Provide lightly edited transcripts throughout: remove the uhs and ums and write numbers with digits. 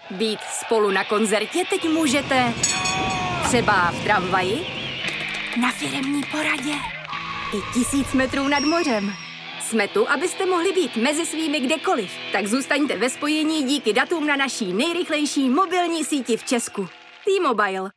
Být spolu na koncertě teď můžete třeba v tramvaji, na firemní poradě i 1000 metrů nad mořem. Jsme tu, abyste mohli být mezi svými kdekoliv. Tak zůstaňte ve spojení díky datům na naší nejrychlejší mobilní síti v Česku. T-Mobile.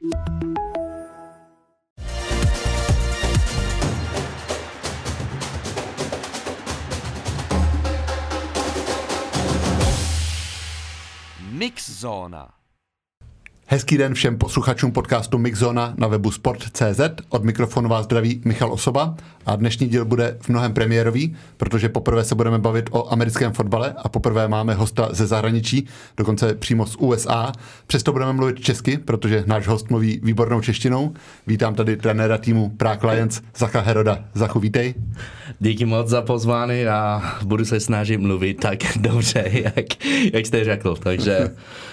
Mixzóna. Hezký den všem posluchačům podcastu Mixzóna na webu sport.cz. Od mikrofonu vás zdraví Michal Osoba a dnešní díl bude v mnohem premiérový, protože poprvé se budeme bavit o americkém fotbale a poprvé máme hosta ze zahraničí, dokonce přímo z USA. Přesto budeme mluvit česky, protože náš host mluví výbornou češtinou. Vítám tady trenéra týmu Prague Lions Zacha Heroda. Zachu, vítej. Díky moc za pozvání a budu se snažit mluvit tak dobře, jak jste řekl. Takže,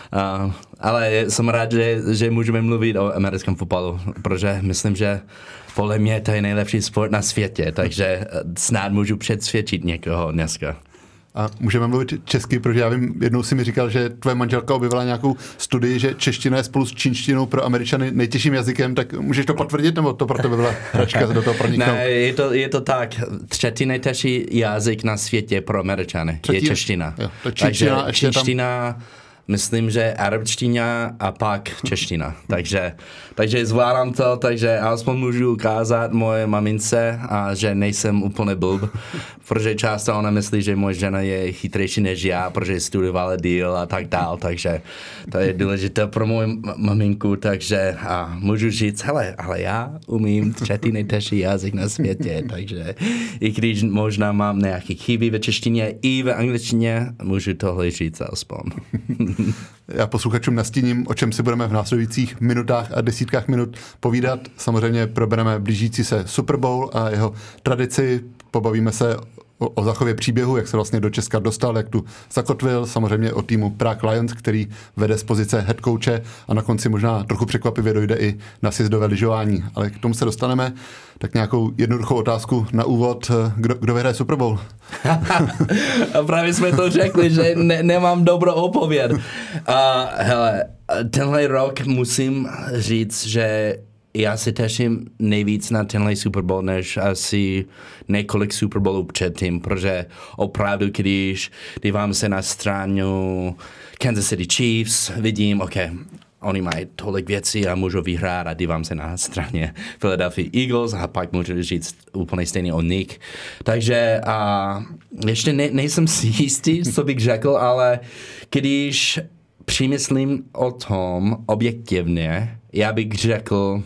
ale jsem rád, že můžeme mluvit o americkém fotbalu, protože myslím, že podle mě to je nejlepší sport na světě, takže snad můžu přesvědčit někoho dneska. A můžeme mluvit česky, protože já vím, jednou si mi říkal, že tvoje manželka objevila nějakou studii, že čeština je spolu s čínštinou pro Američany nejtěžším jazykem, tak můžeš to potvrdit, nebo to pro tebe byla hračka do toho proniknout? Ne, je to tak. Třetí nejtěžší jazyk na světě pro Američany je čeština. Jo, takže čínština, myslím, že arabština a pak čeština. Takže zvládám to, takže alespoň můžu ukázat moje mamince, a že nejsem úplně blb, protože často ona myslí, že moje žena je chytřejší než já, protože studovala díl a tak dál, takže to je důležité pro moji maminku, takže můžu říct, hele, ale já umím třetí nejtěžší jazyk na světě, takže i když možná mám nějaké chyby ve češtině i v angličtině, můžu tohle říct alespoň. Já posluchačům nastíním, o čem si budeme v následujících minutách a desítkách minut povídat. Samozřejmě probereme blížící se Super Bowl a jeho tradici, pobavíme se o Zachově příběhu, jak se vlastně do Česka dostal, jak tu zakotvil, samozřejmě o týmu Prague Lions, který vede z pozice head coache a na konci možná trochu překvapivě dojde i na sjezdové lyžování. Ale k tomu se dostaneme. Tak nějakou jednoduchou otázku na úvod. Kdo vyhraje Super Bowl? A právě jsme to řekli, že nemám dobrou odpověď. Hele, tenhle rok musím říct, že já se těším nejvíc na tenhle Super Bowl, než asi několik Super Bowlů předtím, protože opravdu, když dívám se na stranu Kansas City Chiefs, vidím, oni mají tolik věcí a můžou vyhrát a dívám se na straně Philadelphia Eagles a pak můžu říct úplně stejně o nich. Takže ještě nejsem si jistý, co bych řekl, ale když přemýšlím o tom objektivně, já bych řekl,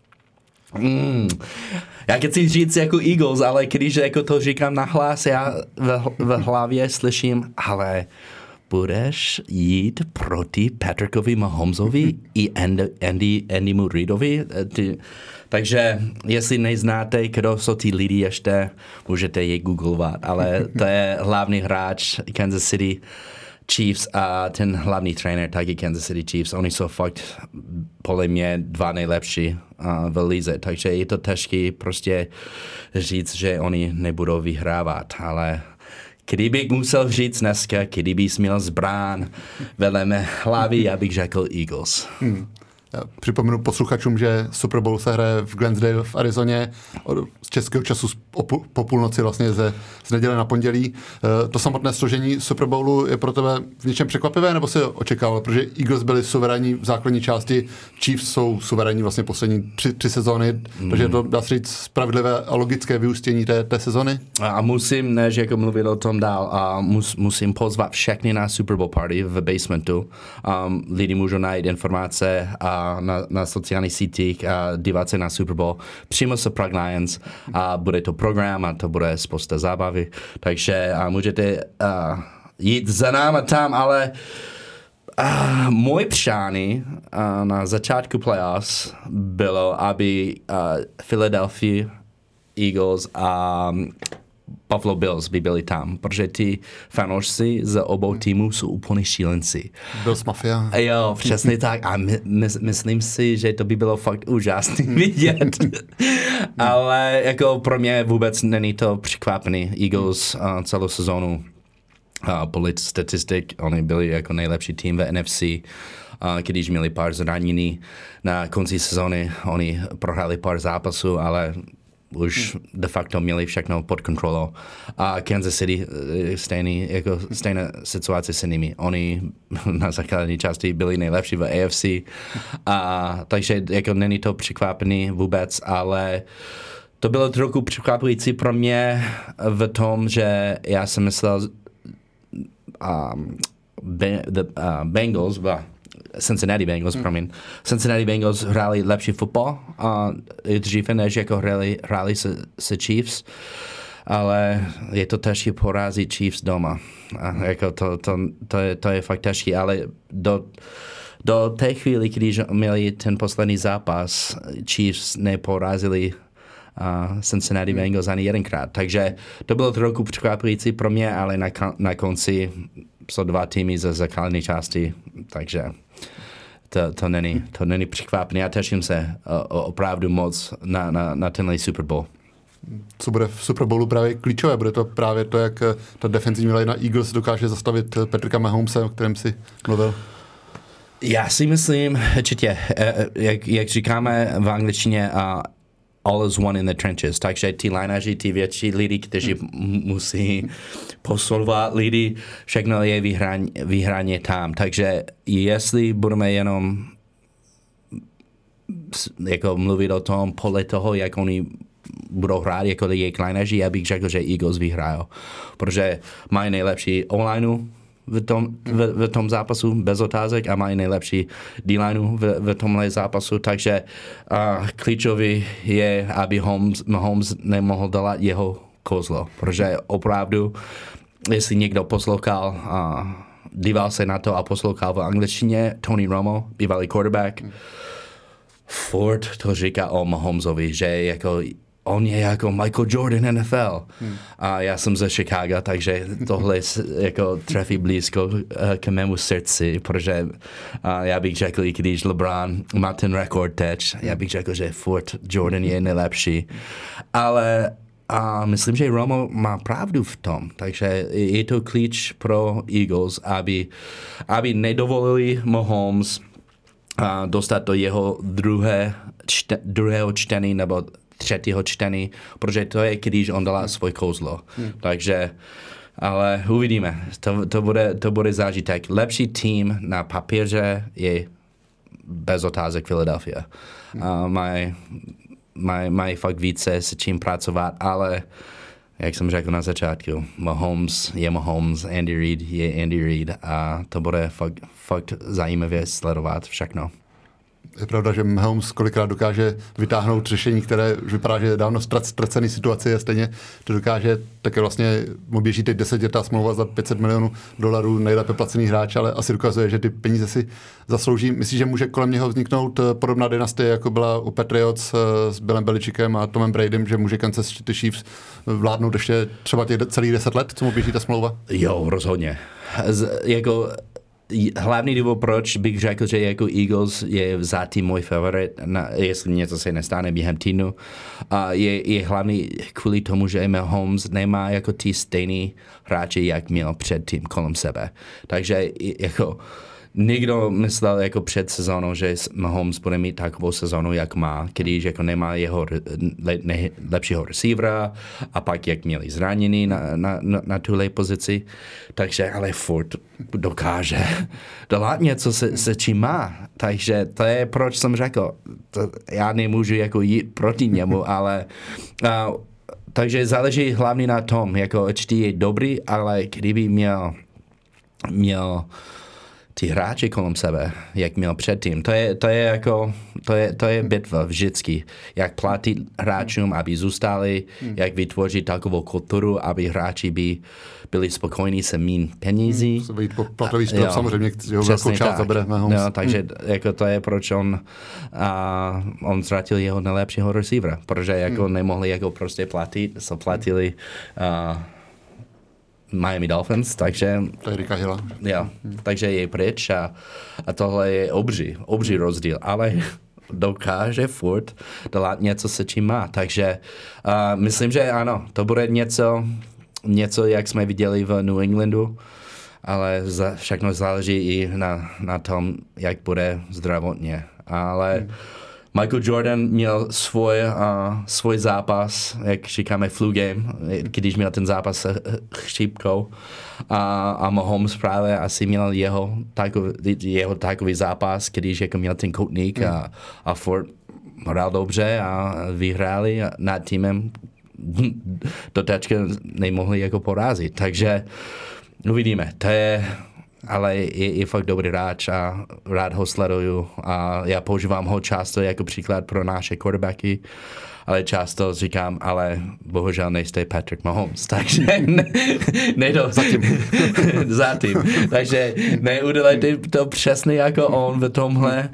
já chci říct jako Eagles, ale když jako to říkám nahlas, já v hlavě slyším, ale budeš jít proti Patrickovi Mahomesovi i Andymu Reidovi? Takže jestli neznáte, kdo jsou ty lidi ještě, můžete je googlovat, ale to je hlavní hráč Kansas City Chiefs a ten hlavní trenér taky Kansas City Chiefs. Oni jsou fakt podle mě dva nejlepší v lize, takže je to těžké prostě říct, že oni nebudou vyhrávat, ale kdybych musel říct dneska, kdybych měl zbrán vedle mé hlavy, já bych řekl Eagles. Já připomenu posluchačům, že Super Bowl se hraje v Glendale v Arizoně z českého času po půlnoci vlastně z neděle na pondělí. To samotné složení Super Bowlu je pro tebe v něčem překvapivé, nebo si očekával? Protože Eagles byli suverénní v základní části, Chiefs jsou suverénní vlastně poslední tři sezóny, takže to dá se říct spravedlivé a logické vyústění té sezóny? A musím, než jako mluvit o tom dál, musím pozvat všechny na Super Bowl party v basementu. Lidi můžou najít informace na sociálních sítích a dívat se na Super Bowl přímo se Prague Lions a bude to program a to bude spousta zábavy, takže můžete jít za náma tam, ale moje přání na začátku playoffs bylo, aby Philadelphia Eagles a Buffalo Bills by byli tam, protože ty fanoušci z obou týmů jsou úplně šílenci. Bills Mafia. Jo, přesně tak. A myslím si, že to by bylo fakt úžasný vidět. Ale jako pro mě vůbec není to překvapený. Eagles celou sezónu podle statistik, oni byli jako nejlepší tým ve NFC, když měli pár zranění na konci sezóny, oni prohráli pár zápasů, ale už de facto měli všechno pod kontrolou. A Kansas City stejná situace s nimi. Oni na základní části byli nejlepší v AFC. Takže jako není to překvapený vůbec, ale to bylo trochu překvapující pro mě v tom, že já jsem myslel Cincinnati Bengals hráli lepší fotbal dříve, než jako hráli se Chiefs, ale je to těžké porazit Chiefs doma. Jako to je fakt těžké, ale do té chvíli, když měli ten poslední zápas, Chiefs neporazili Cincinnati Bengals ani jedenkrát. Takže to bylo trochu překvapující pro mě, ale na konci jsou dva týmy ze základní části, takže to není překvapený. Já těším se opravdu moc na tenhle Super Bowl. Co bude v Super Bowlu právě klíčové? Bude to právě to, jak ta defenzivní line Eagles dokáže zastavit Patricka Mahomese, o kterém si mluvil? Já si myslím, určitě, jak říkáme v angličtině, all is one in the trenches. Takže ty lineaři, ty větší lidi, kteří musí posilovat lidi, všechno je vyhraně tam. Takže jestli budeme jenom jako mluvit o tom podle toho, jak oni budou hrát jako jejich lineaři, já bych řekl, že Eagles vyhrajou. Protože mají nejlepší online v tom zápasu bez otázek a mají nejlepší D-lineu v tomhle zápasu, takže klíčový je, aby Mahomes nemohl dát jeho kouzlo, protože opravdu, jestli někdo poslouchal, díval se na to a poslouchal v angličtině, Tony Romo, bývalý quarterback, furt to říká o Mahomesovi, že jako on je jako Michael Jordan NFL. A já jsem ze Chicago, takže tohle jako trefí blízko k mému srdci, protože já bych řekl, i když LeBron má ten rekord teď, já bych řekl, že furt Jordan je nejlepší. Ale myslím, že Romo má pravdu v tom, takže je to klíč pro Eagles, aby nedovolili Mahomes dostat do jeho druhého čtení nebo třetího čtení, protože to je, když on dala svůj kouzlo. Takže, ale uvidíme. To bude zážitek. Lepší tým na papíře je bez otázek Philadelphia. Mají fakt více s čím pracovat, ale jak jsem řekl na začátku, Mahomes je Mahomes, Andy Reid je Andy Reid a to bude fakt zajímavě sledovat všechno. Je pravda, že Mahomes kolikrát dokáže vytáhnout řešení, které už vypadá, že je dávno ztracený situaci a stejně to dokáže, také vlastně mu běží teď 10letá smlouva za $500 milionů, nejlépe placený hráč, ale asi dokazuje, že ty peníze si zaslouží. Myslíš, že může kolem něho vzniknout podobná dynastie, jako byla u Patriots s Billem Belichickem a Tomem Bradym, že může Kansas City Chiefs vládnout ještě třeba těch celých 10 let, co mu běží ta smlouva? Jo, rozhodně. Hlavní důvod, proč bych řekl, že jako Eagles je zatím můj favorit, jestli něco se nestane během týdnu, je hlavní kvůli tomu, že Mahomes nemá jako ty stejný hráči, jak měl předtím kolem sebe. Takže jako nikdo myslel jako před sezónou, že Mahomes bude mít takovou sezónu, jak má, když jako nemá jeho lepšího receivera a pak jak měli zranění na tuhle pozici. Takže ale furt dokáže dát něco se čím má. Takže to je proč jsem řekl, já nemůžu jako jít proti němu, ale takže záleží hlavně na tom, jako určitě je dobrý, ale kdyby měl ty hráči kolem sebe, jak měl předtím. To je bitva vždycky. Jak platit hráčům, aby zůstali, jak vytvořit takovou kulturu, aby hráči byli spokojní se mín penězí. Být po platový strop, samozřejmě, jeho velkou část zabere Mahomes. Takže jako to je, proč on ztratil jeho nejlepšího receivera, protože jako nemohli jako prostě platit, so platili Miami Dolphins, takže takže je pryč a tohle je obří rozdíl, ale dokáže furt dát něco, se čím má. Takže myslím, že ano, to bude něco něco, jak jsme viděli v New Englandu, ale všechno záleží i na tom, jak bude zdravotně. Ale Michael Jordan měl svůj zápas, jak říkáme flu game, když měl ten zápas s chřipkou. A Mahomes právě asi měl jeho takový zápas, když jako měl ten koutník a furt hrál dobře a vyhráli nad týmem. Do teďka nemohli jako porazit. Takže uvidíme. To je, ale je fakt dobrý hráč a rád ho sleduju a já používám ho často jako příklad pro naše quarterbacky, ale často říkám, ale bohužel nejste Patrick Mahomes, takže nejde zatím. Takže neudělejte to přesně jako on v tomhle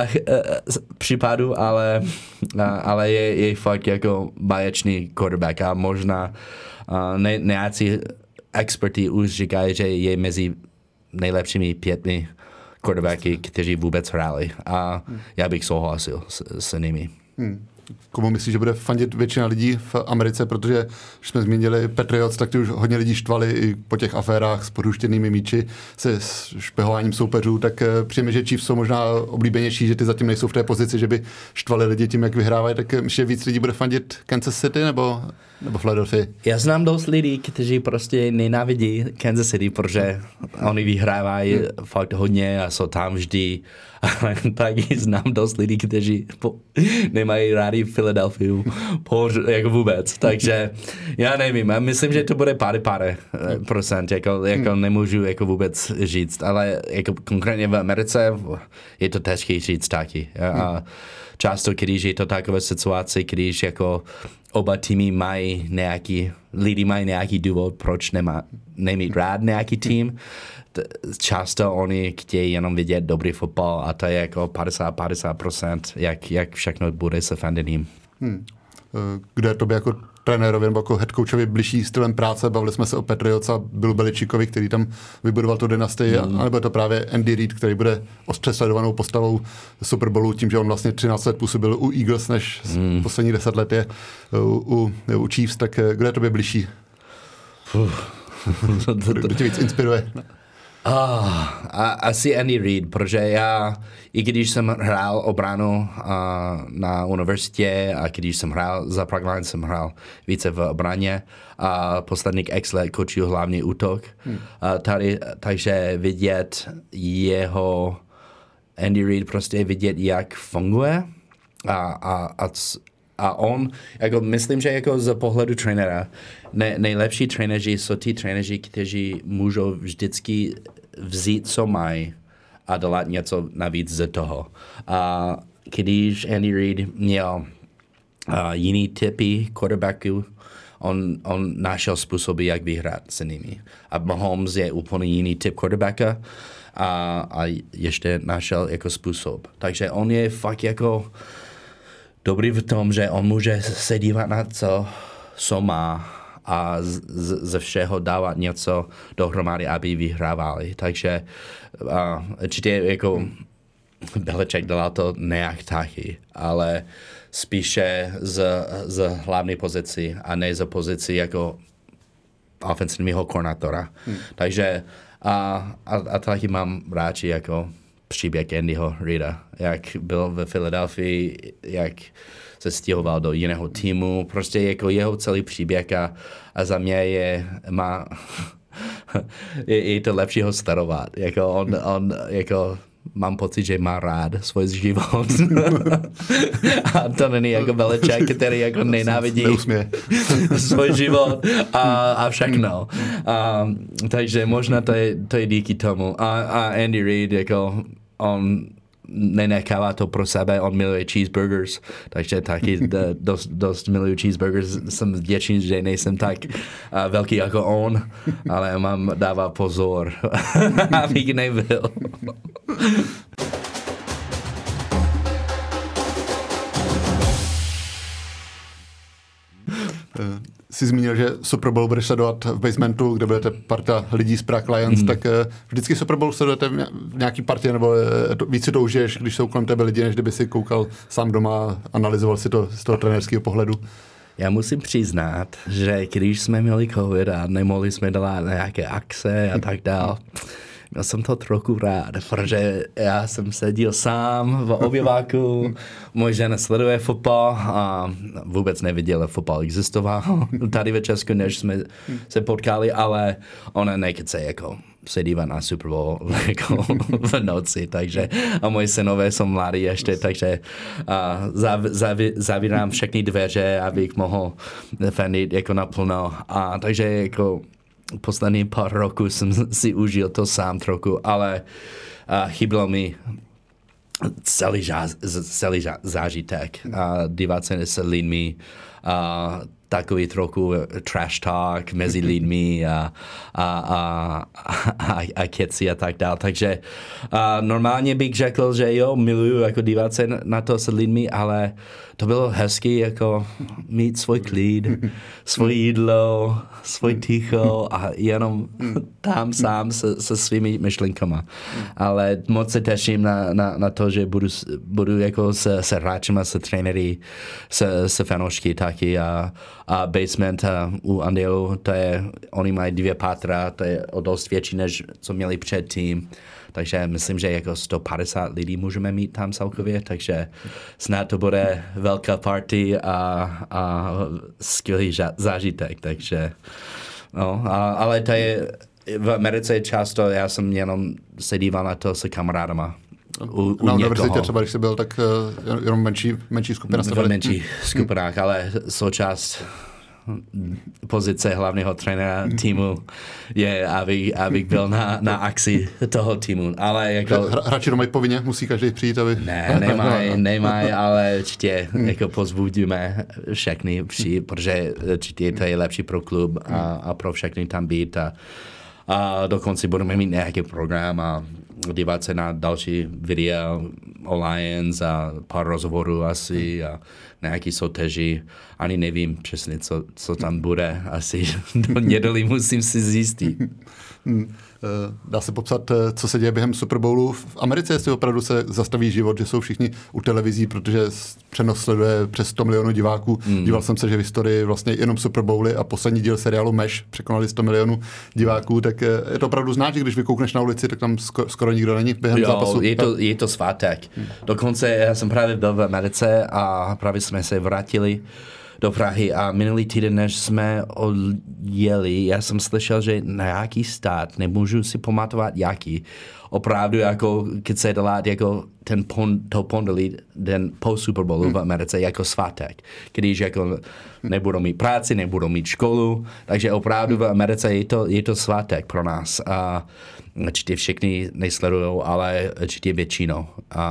případu, ale je fakt jako báječný quarterback a možná nějací experti už říkají, že je mezi nejlepšími 5 quarterbacky, kteří vůbec hráli. A já bych souhlasil s nimi. Komu myslíš, že bude fandit většina lidí v Americe, protože když jsme zmínili Patriots, tak ty už hodně lidí štvali i po těch aférách s poruštěnými míči, se špehováním soupeřů, tak přijeme, že Chiefs jsou možná oblíbenější, že ty zatím nejsou v té pozici, že by štvali lidi tím, jak vyhrávají, tak myslíš, že víc lidí bude fandit Kansas City nebo Philadelphia? Já znám dost lidí, kteří prostě nenávidí Kansas City, protože oni vyhrávají fakt hodně a jsou tam vždy. Ale taky znám dost lidí, kteří nemají rádi Philadelphia jako vůbec. Takže já nevím, já myslím, že to bude pár procent, jako nemůžu jako vůbec říct, ale jako konkrétně v Americe je to těžké říct taky. A často, když je to takové situace, když jako oba týmy mají lidi mají nějaký důvod, proč nemít rád nějaký tým, často oni chtějí jenom vidět dobrý fotbal a to je jako 50%, jak všechno bude se fandením. Kde je tobě jako trenérovi nebo jako head coachovi bližší stylem práce? Bavili jsme se o Patriots a Billu Belichickovi, který tam vybudoval tu dynastii, anebo je to právě Andy Reid, který bude ostře sledovanou postavou Super Bowlu tím, že on vlastně 13 let působil u Eagles, než poslední 10 let je u Chiefs, tak kde je tobě bližší? Kdo tě víc inspiruje? Asi Andy Reid, protože já, i když jsem hrál obranu na univerzitě a když jsem hrál za Prague, jsem hrál více v obraně a posledních x let coachuju hlavní útok. Takže vidět jeho Andy Reid, prostě vidět, jak funguje a on, jako myslím, že jako z pohledu trenéra, nejlepší trenéři jsou ty trenéři, kteří můžou vždycky vzít, co mají a dát něco navíc z toho. A když Andy Reid měl jiný typy quarterbacků, on našel způsoby, jak vyhrát s nimi. A Mahomes je úplně jiný typ quarterbacka a ještě našel jako způsob. Takže on je fakt jako dobrý v tom, že on může se dívat na co má a ze všeho dávat něco dohromady, aby vyhrávali. Takže určitě jako Belichick dělal to nějak taky, ale spíše z hlavní pozici a ne z pozici jako ofensivního koordinátora. Takže a taky mám radši jako příběh Andyho Reida, jak byl ve Philadelphii, jak se stěhoval do jiného týmu, prostě jako jeho celý příběh a za mě je to lepší ho starovat. Jako on jako mám pocit, že má rád svůj život. A to není jako Belichick, který jako nenávidí svůj život a všechno. Takže možná to je díky tomu. A Andy Reid, jako on nenechává to pro sebe, on miluje cheeseburgers, takže taky dost miluju cheeseburgers, jsem vděčný, že nejsem tak velký jako on, ale mám dává pozor, abych nebyl. Jsi zmínil, že Super Bowl budeš sledovat v basementu, kde budete parta lidí z Prague Lions, tak vždycky Super Bowl sledujete v nějaký partě, nebo víc si to užiješ, když jsou kolem tebe lidi, než kdyby si koukal sám doma a analyzoval si to z toho trenérského pohledu? Já musím přiznat, že když jsme měli covid a nemohli jsme dělat nějaké akce a tak dál, měl jsem to trochu rád, protože já jsem seděl sám v obyváku, moje žena sleduje fotbal a vůbec neviděla, fotbal existoval tady ve Česku, než jsme se potkali, ale ona nekece jako se dívá na Super Bowl jako v noci, takže a moji synové jsou mladí ještě, takže zavírám všechny dveře, abych mohl defendit jako naplno a takže jako poslední pár roků jsem si užil to sám trochu, ale chybělo mi celý zážitek. Dívat se s lidmi, takový trochu trash talk mezi lidmi a keci a tak dál. Takže normálně bych řekl, že jo, miluju jako dívat se na to s lidmi, ale to bylo hezky jako mít svůj klid, svoje jídlo, svůj ticho a jenom tam sám se svými myšlenkama. Ale moc se těším na to, že budu jako se hráčima, se trenéry, se fanoušky taky a basement u Andělu, to je, oni mají 2 patra, to je o dost větší, než co měli předtím. Takže myslím, že jako 150 lidí můžeme mít tam celkově, takže snad to bude velká party a skvělý zážitek, takže no, ale to je v Americe často, já jsem jenom se díval na to se kamarádama. Na univerzitě třeba, když jsi byl, tak jenom menší skupina. V menších skupinách, ale součást pozice hlavního trenéra týmu je, abych byl na akci toho týmu. Ale jako hráči mají povinně, musí každý přijít, aby... Nemají, ale určitě jako pozbudíme všechny přijít, protože určitě to je lepší pro klub a pro všechny tam být a dokonce budeme mít nějaký program a dívat se na další videa o Lions a pár rozhovorů asi a nějaký soutěži. Ani nevím přesně, co tam bude. Asi do neděli musím si zjistit. Dá se popsat, co se děje během Super Bowlu v Americe, jestli opravdu se zastaví život, že jsou všichni u televizí, protože přenos sleduje přes 100 milionů diváků. Díval jsem se, že v historii vlastně jenom Super Bowly a poslední díl seriálu Mesh překonali 100 milionů diváků, tak je to opravdu znát, že když vykoukneš na ulici, tak tam skoro nikdo není během zápasu. Je to svátek. Dokonce já jsem právě byl v Americe a právě jsme se vrátili do Prahy a minulý týden, než jsme odjeli, já jsem slyšel, že na jaký stát, nemůžu si pamatovat jaký, opravdu jako, když se dělat jako to pondělí, den po Super Bowlu v Americe jako svátek, když jako nebudou mít práci, nebudou mít školu, takže opravdu v Americe je to svátek pro nás a určitě všichni nesledujou, ale určitě většinou.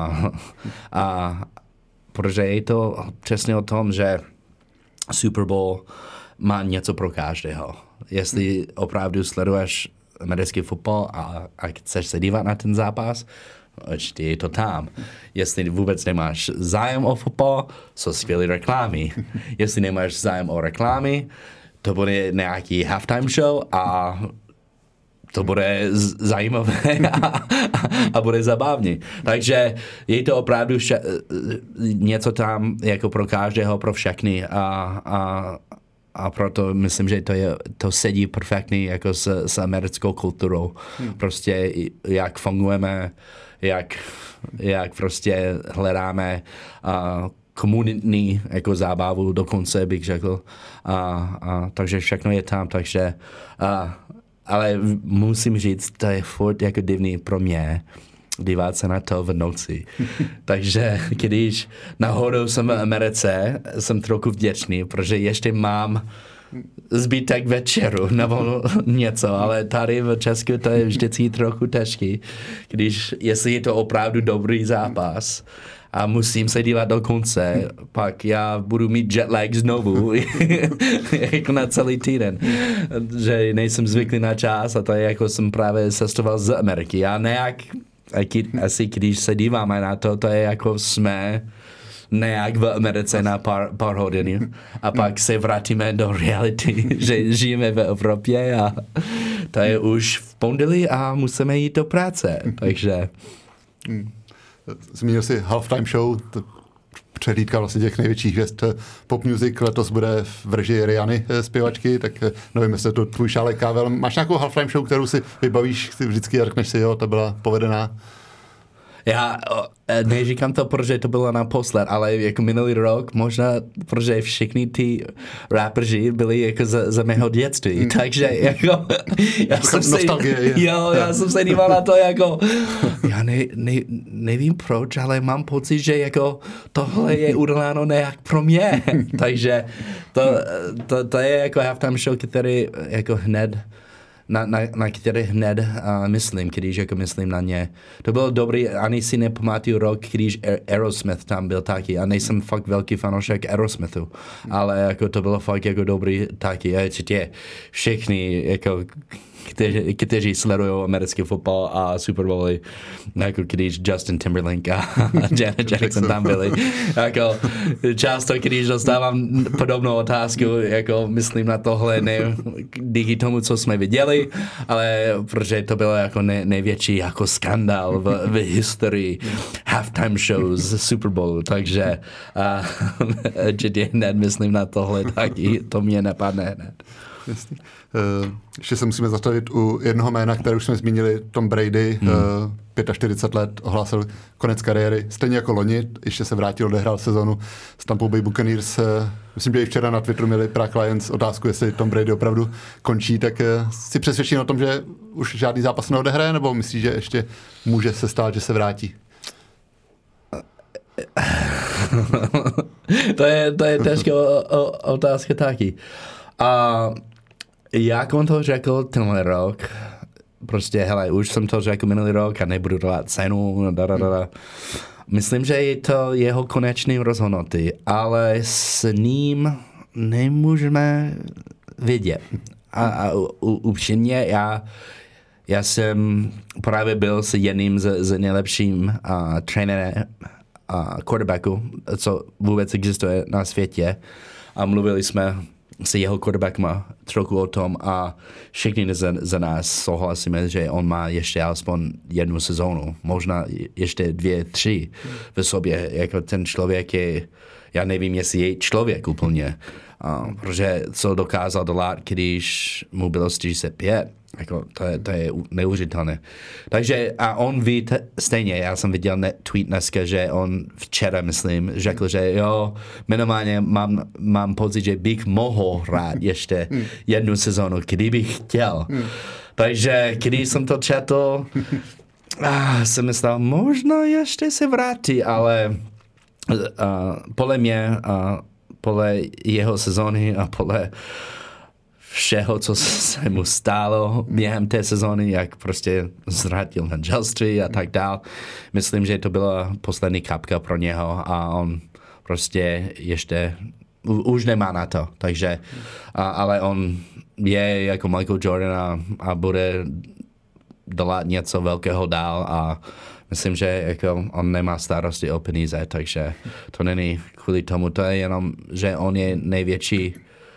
A protože je to přesně o tom, že Super Bowl má něco pro každého. Jestli opravdu sleduješ americký fotbal a chceš se dívat na ten zápas, určitě je to tam. Jestli vůbec nemáš zájem o fotbal, jsou skvělé reklamy. Jestli nemáš zájem o reklamy, to bude nějaký halftime show a to bude zajímavé a bude zabavný. Takže je to opravdu něco tam jako pro každého, pro všechny a proto myslím, že to sedí perfektně jako s americkou kulturou. Prostě jak fungujeme, jak prostě hledáme komunitní jako zábavu dokonce bych řekl. Takže všechno je tam, takže ale musím říct, to je furt jako divný pro mě dívat se na to v noci. Takže když náhodou jsem v Americe, jsem trochu vděčný, protože ještě mám zbytek večeru nebo něco, ale tady v Česku to je vždycky trochu těžký, jestli je to opravdu dobrý zápas a musím se dívat do konce, pak já budu mít jetlag znovu jako na celý týden, že nejsem zvyklý na čas a to je jako jsem právě cestoval z Ameriky a nějak asi když se díváme na to je jako jsme nějak v Americe na pár hodin a pak se vrátíme do reality, že žijeme v Evropě a to je už v pondělí a musíme jít do práce, takže Zmínil jsi halftime show, přehlídka vlastně těch největších hvězd pop music. Letos bude v režii Riany zpěvačky, tak nevím, jestli je to tvůj šálek kávy, ale máš nějakou halftime show, kterou si vybavíš vždycky a řekneš si, jo, ta byla povedená. Já neříkám to, protože to bylo naposled, ale jako minulý rok možná, protože všichni ty rappeři byli jako za mého dětství, takže jako já jsem se díval na to jako já nevím proč, ale mám pocit, že jako tohle je uděláno nějak pro mě, takže to je jako halftime show, který jako hned na které hned myslím, když jako myslím na ně. To bylo dobrý, ani si nepamatuju rok, když Aerosmith tam byl taky. A nejsem fakt velký fanoušek Aerosmithu, ale jako to bylo fakt jako dobrý taky. A určitě všichni jako kteří sledují americký fotbal a Super Bowly, jako když Justin Timberlake a Janet Jackson tam byli. Jako často, když dostávám podobnou otázku, jako myslím na tohle ne díky tomu, co jsme viděli, ale protože to bylo jako největší jako skandál v historii halftime shows Super Bowlu, takže hned myslím na tohle, taky to mě nepadne hned. Jasný. Ještě se musíme zastavit u jednoho jména, které už jsme zmínili, Tom Brady, 45 let, ohlásil konec kariéry, stejně jako loni, ještě se vrátil, odehrál sezonu s Tampa Bay Buccaneers. Myslím, že i včera na Twitteru měli Prague Lions otázku, jestli Tom Brady opravdu končí, tak si přesvědčen o tom, že už žádný zápas neodehraje, nebo myslíš, že ještě může se stát, že se vrátí? to je těžká otázka taky. Jak on to řekl tenhle rok, prostě hele, už jsem to řekl minulý rok a nebudu dát cenu, Myslím, že je to jeho konečný rozhodnutí, ale s ním nemůžeme vidět. A upřímně, já jsem právě byl s jedním z nejlepším trenérem quarterbacku, co vůbec existuje na světě, a mluvili jsme s jeho quarterbackma trochu o tom a všichni za nás souhlasíme, že on má ještě alespoň jednu sezónu, možná ještě 2, 3 v sobě. Jako ten člověk je, já nevím, jestli je člověk úplně, protože co dokázal dělat, když mu bylo 45, jako to je neuvěřitelné. Takže a on ví stejně, já jsem viděl tweet dneska, že on včera, myslím, řekl, že jo, minimálně mám pocit, že bych mohl hrát ještě jednu sezonu, kdybych chtěl. Takže když jsem to četl, jsem myslel, možná ještě se vrátí, ale podle mě, podle jeho sezóny a podle všeho, co se mu stalo během té sezóny, jak prostě ztratil manželství a tak dál. Myslím, že to byla poslední kapka pro něho a on prostě ještě už nemá na to. Takže, ale on je jako Michael Jordan a bude dělat něco velkého dál a myslím, že jako on nemá starosti o peníze, takže to není kvůli tomu, to je jenom, že on je největší.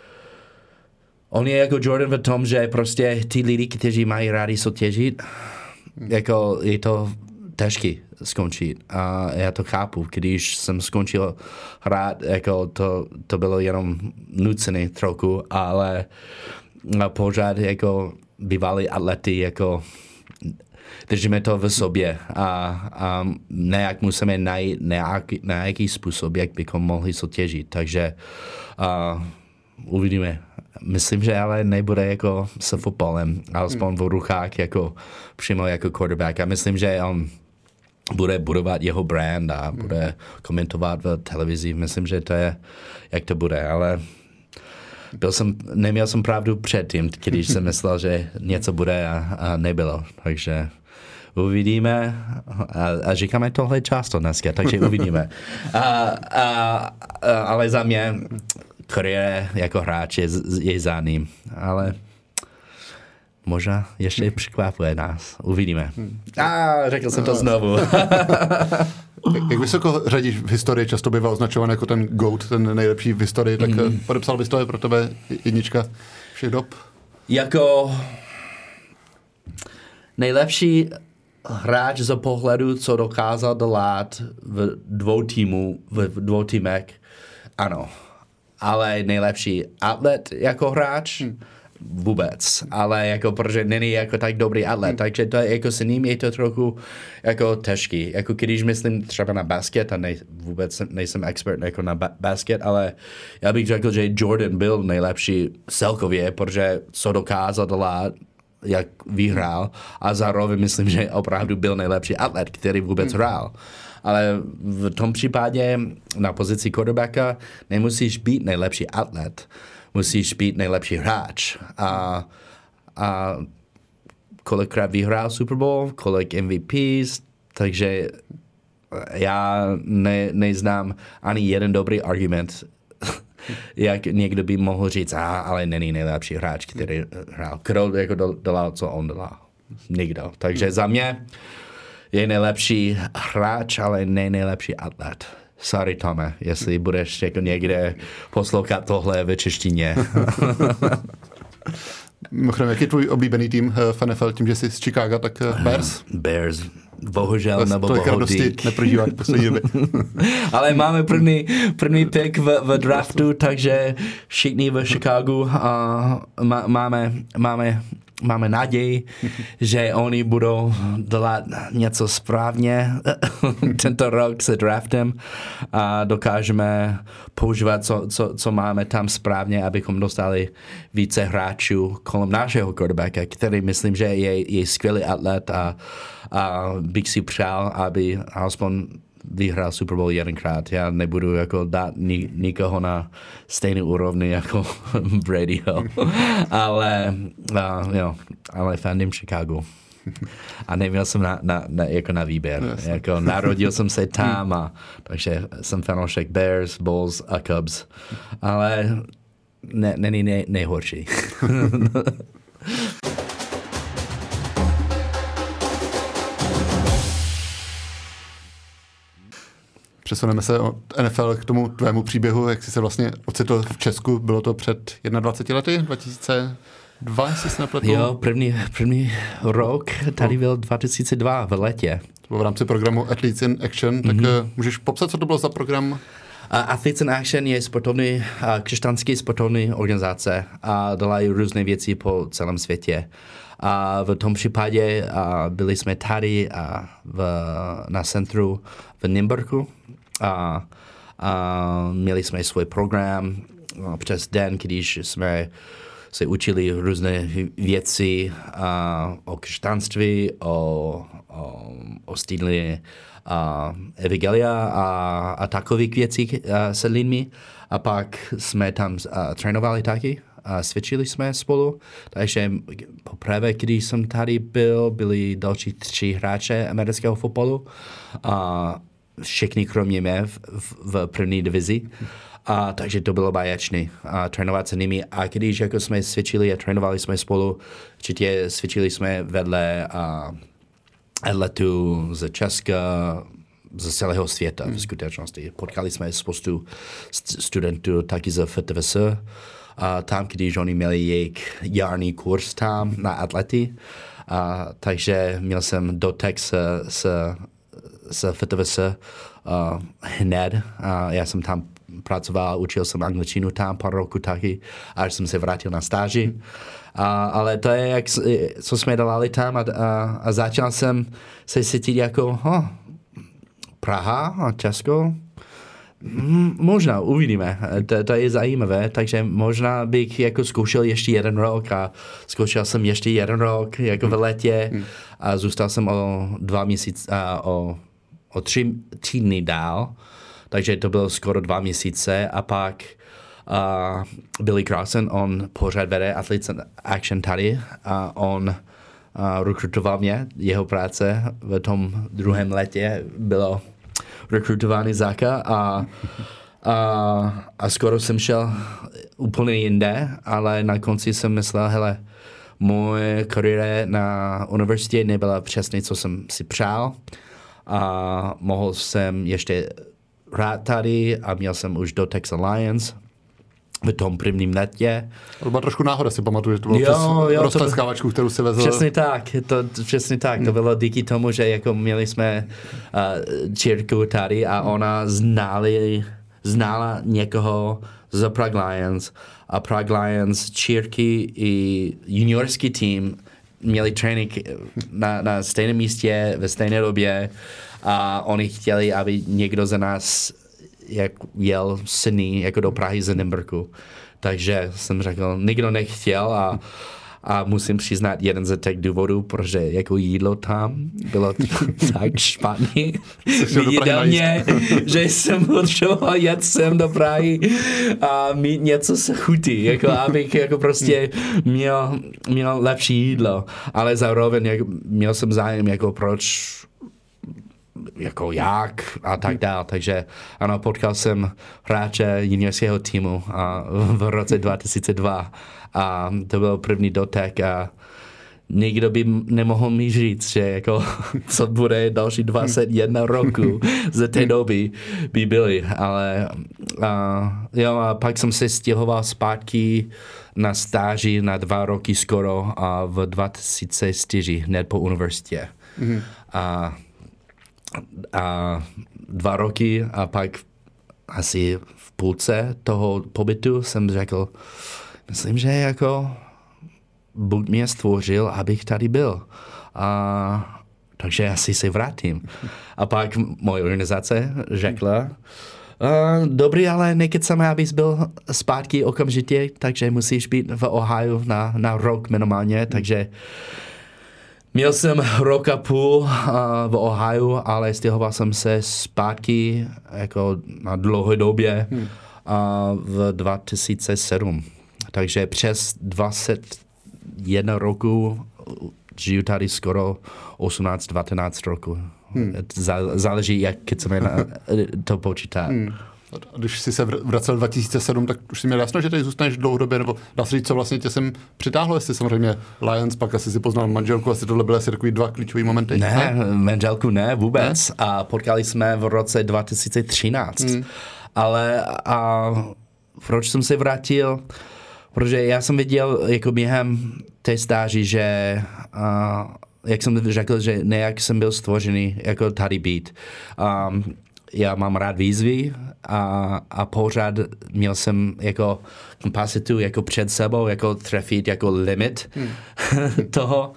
On je jako Jordan v tom, že prostě ty lidi, kteří mají rádi soutěžit, jako je to těžké skončit. A já to chápu, když jsem skončil hrát, jako to bylo jenom nucené trochu, ale pořád jako bývalí atlety, jako držíme to v sobě a nějak musíme najít nějaký způsob, jak bychom mohli soutěžit. Takže uvidíme. Myslím, že ale nebude jako s fotbalem, alespoň v rukách jako přímo jako quarterback. A myslím, že on bude budovat jeho brand a bude komentovat v televizi. Myslím, že to je, jak to bude, ale neměl jsem pravdu předtím, když jsem myslel, že něco bude a nebylo. Takže uvidíme a říkáme tohle často dneska, takže uvidíme. Ale za mě kariéra jako hráč je za ním, ale možná ještě překvapuje nás. Uvidíme. Řekl jsem to znovu. Jak vysoko řadíš v historii, často bývá označován jako ten GOAT, ten nejlepší v historii, tak podepsal bys to, je pro tebe jednička všech dob? Jako nejlepší hráč z pohledu, co dokázal dělat v dvou týmech, ano. Ale nejlepší atlet jako hráč vůbec, ale jako protože není jako tak dobrý atlet, takže to jako s ním je to trochu jako těžký. Jako když myslím třeba na basket, a vůbec nejsem expert jako na basket, ale já bych řekl, že Jordan byl nejlepší celkově, protože co dokázal dělat, jak vyhrál, a zároveň myslím, že opravdu byl nejlepší atlet, který vůbec hrál. Ale v tom případě na pozici quarterbacka nemusíš být nejlepší atlet, musíš být nejlepší hráč. A kolikrát vyhrál Super Bowl, kolik MVPs, takže já neznám ani jeden dobrý argument, jak někdo by mohl říct, ale není nejlepší hráč, který hrál. Kdo jako dělal, co on dělal? Nikdo. Takže za mě je nejlepší hráč, ale ne nejlepší atlet. Sorry, Tome, jestli budeš jako někde poslouchat tohle ve češtině. Mimochodem, jaký je tvůj oblíbený tým v NFL, tím, že jsi z Chicaga, tak Bears? Bears, bohužel nebo bohodík. Neprožíváš v poslední době. Ale máme první pick v draftu, takže všichni v Chicagu máme naději, že oni budou dělat něco správně tento rok se draftem a dokážeme používat, co máme tam správně, abychom dostali více hráčů kolem našeho quarterbacka, který myslím, že je skvělý atlet a bych si přál, aby alespoň vyhrál Super Bowl jedenkrát. Já nebudu jako dát nikoho na stejné úrovni jako Bradyho. ale fandím Chicago. A neměl jsem jako na výběr. Jako narodil jsem se tam, takže jsem fanoušek Bears, Bulls a Cubs. Ale není nejhorší. Přesuneme se od NFL k tomu tvému příběhu, jak jsi se vlastně ocitl v Česku. Bylo to před 21 lety, 2002, jestli se nepletu? Jo, první rok tady byl 2002 v létě. To bylo v rámci programu Athletes in Action, tak můžeš popsat, co to bylo za program? Athletes in Action je křesťanský sportovní organizace a dělají různé věci po celém světě. A v tom případě byli jsme tady na centru v Nymburku a měli jsme svůj program přes den, když jsme se učili různé věci o křesťanství, o stýdli evangelia a takových věcí se lidmi. A pak jsme tam trénovali taky. Cvičili jsme spolu, takže poprvé, když jsem tady byl, byli další 3 hráče amerického fotbalu, všichni kromě mě v první divizi. Takže to bylo báječné trénovat se nimi. A když jako jsme cvičili a trénovali jsme spolu, určitě cvičili jsme vedle atletů z Česka, z celého světa v skutečnosti. Potkali jsme spoustu studentů taky z FTVS. Tam, když oni měli jejich jarní kurz tam na atlety. Takže měl jsem dotek s FTVS hned. Já jsem tam pracoval, učil jsem angličtinu tam pár roku taky, až jsem se vrátil na stáži. Ale to je, co jsme dělali tam a začal jsem se cítit jako Praha a Česko. Možná, uvidíme. To je zajímavé, takže možná bych jako zkoušel ještě 1 rok a zkoušel jsem ještě 1 rok jako v létě a zůstal jsem o 2 měsíce, o 3 týdny dál, takže to bylo skoro 2 měsíce a pak Billy Crossan, on pořád vede Athletes in Action tady a on rekrutoval mě, jeho práce v tom druhém letě bylo rekrutování Zaka a skoro jsem šel úplně jinde, ale na konci jsem myslel, hele, moje kariéra na univerzitě nebyla přesně, co jsem si přál a mohl jsem ještě hrát tady a měl jsem už do Texas Lions v tom prvním letě. To byla trošku náhoda, si pamatuju, že to bylo přes roztleskávačku, kterou si vezl. Přesně tak. To bylo díky tomu, že jako měli jsme Čírku tady a ona znala někoho z Prague Lions a Prague Lions, Čírky i juniorský tým měli trénink na stejném místě ve stejné době a oni chtěli, aby někdo za nás jel syny jako do Prahy z Nymburku. Takže jsem řekl, nikdo nechtěl a musím přiznat jeden ze těch důvodů, protože jako jídlo tam bylo tak špatný jídelně, že jsem potřeboval jet sem do Prahy a mít něco se chutí, jako abych jako prostě měl lepší jídlo, ale zároveň jako, měl jsem zájem jako proč jako jak a tak dál. Takže ano, potkal jsem hráče juniorského týmu v roce 2002 a to byl první dotek a nikdo by nemohl mi říct, že jako co bude další 21 roku ze té doby by byly, ale jo, a pak jsem se stěhoval zpátky na stáži na 2 roky skoro a v 2004 hned po univerzitě. A 2 roky a pak asi v půlce toho pobytu jsem řekl, myslím, že jako Bůh mě stvořil, abych tady byl. Takže asi se vrátím. A pak moje organizace řekla, dobrý, ale nekecáme, abys byl zpátky okamžitě, takže musíš být v Ohio na rok minimálně, takže měl jsem 1,5 roku v Ohio, ale stěhoval jsem se zpátky jako na dlouhé době v 2007. Takže přes 21 roku žiju tady skoro 18-19 roku. Záleží, jak chceme to počítat. Když jsi se vracel 2007, tak už jsi měl jasno, že tady zůstaneš dlouhodobě, nebo dá se říct, co vlastně tě sem přitáhlo, jestli samozřejmě Lions, pak asi si poznal manželku, asi tohle byly asi takový 2 klíčový momenty. Ne, manželku ne, vůbec. Ne? A potkali jsme v roce 2013. Ale proč jsem se vrátil? Protože já jsem viděl jako během té stáži, že jak jsem řekl, že nějak jsem byl stvořený jako tady být. Já mám rád výzvy a pořád měl jsem jako kapacitu jako před sebou, jako trefit jako limit toho.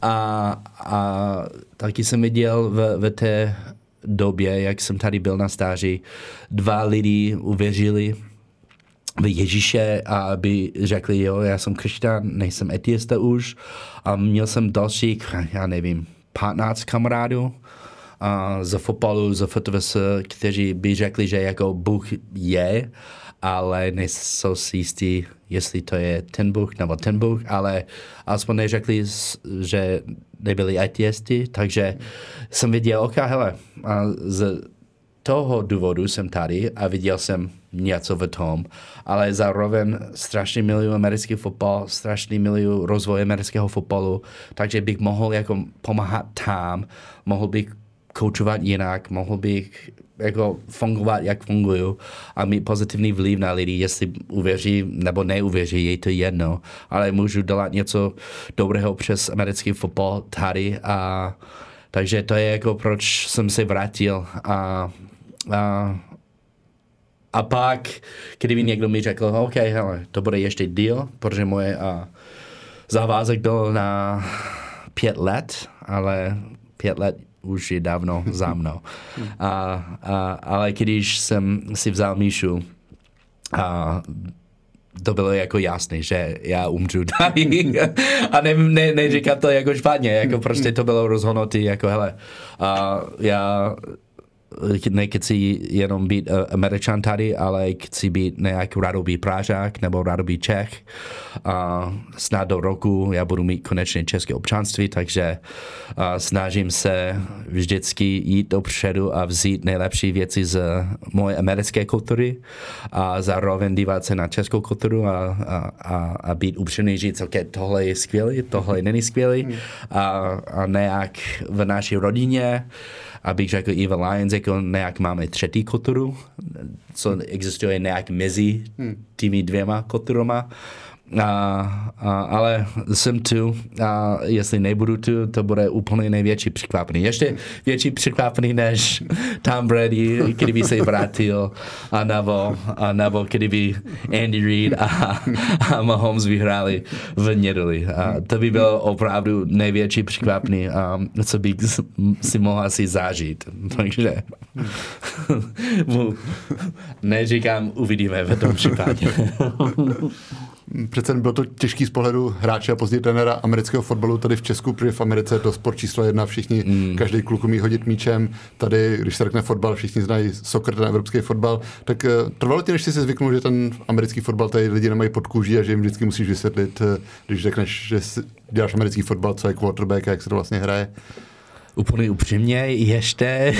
A taky jsem viděl v té době, jak jsem tady byl na stáži, 2 lidi uvěřili v Ježíše a aby řekli, jo, já jsem křesťan, nejsem ateista už. A měl jsem dalších, já nevím, 15 kamarádů z fotbalu, z FTVS, kteří by řekli, že jako Bůh je, ale nejsou si jistí, jestli to je ten Bůh nebo ten Bůh, ale alespoň neřekli, že nebyli ateisti, takže jsem viděl, ok, hele, z toho důvodu jsem tady a viděl jsem něco v tom, ale zároveň strašně miluju americký fotbal, strašně miluju rozvoj amerického fotbalu, takže bych mohl jako pomáhat tam, mohl bych koučovat jinak, mohl bych jako fungovat, jak funguju a mít pozitivní vliv na lidi, jestli uvěří nebo neuvěří, je to jedno, ale můžu dělat něco dobrého přes americký fotbal tady takže to je jako proč jsem se vrátil a pak, kdyby někdo mi řekl, OK, hele, to bude ještě díl, protože moje závazek byl na 5 let, ale 5 let už je dávno za mnou. Ale když jsem si vzal Míšu, to bylo jako jasné, že já umřu tady. A neříkám to jako špatně, jako prostě to bylo rozhodnutí, jako hele, já nechci jenom být Američan tady, ale chci být nějak radobý Pražák nebo radobý Čech. Snad do roku já budu mít konečně české občanství, takže snažím se vždycky jít dopředu a vzít nejlepší věci z moje americké kultury a zároveň dívat se na českou kulturu a být upřímný, říct, ok, tohle je skvělý, tohle není skvělý a nějak v naší rodině abych řekl, i v Lions je jako nějak máme třetí kulturu, co existuje nějak mezi těmi dvěma kulturama. Ale jsem tu a jestli nebudu tu, to bude úplně největší překvapení. Ještě větší překvapení než Tom Brady, kdyby se vrátil a nebo kdyby Andy Reid a Mahomes vyhráli v neděli. To by bylo opravdu největší překvapení, co bych si mohl asi zažít. Takže neříkám, uvidíme v tom případě. Přece bylo to těžký z pohledu hráče a později trenéra amerického fotbalu tady v Česku, protože v Americe je to sport číslo 1, všichni, každý kluk umí hodit míčem, tady, když se řekne fotbal, všichni znají soccer, ten evropský fotbal, tak trvalo ti, než jsi si zvyknul, že ten americký fotbal tady lidi nemají pod kůží a že jim vždycky musíš vysvětlit, když řekneš, že děláš americký fotbal, co je quarterback a jak se to vlastně hraje? Úplně upřímně, ještě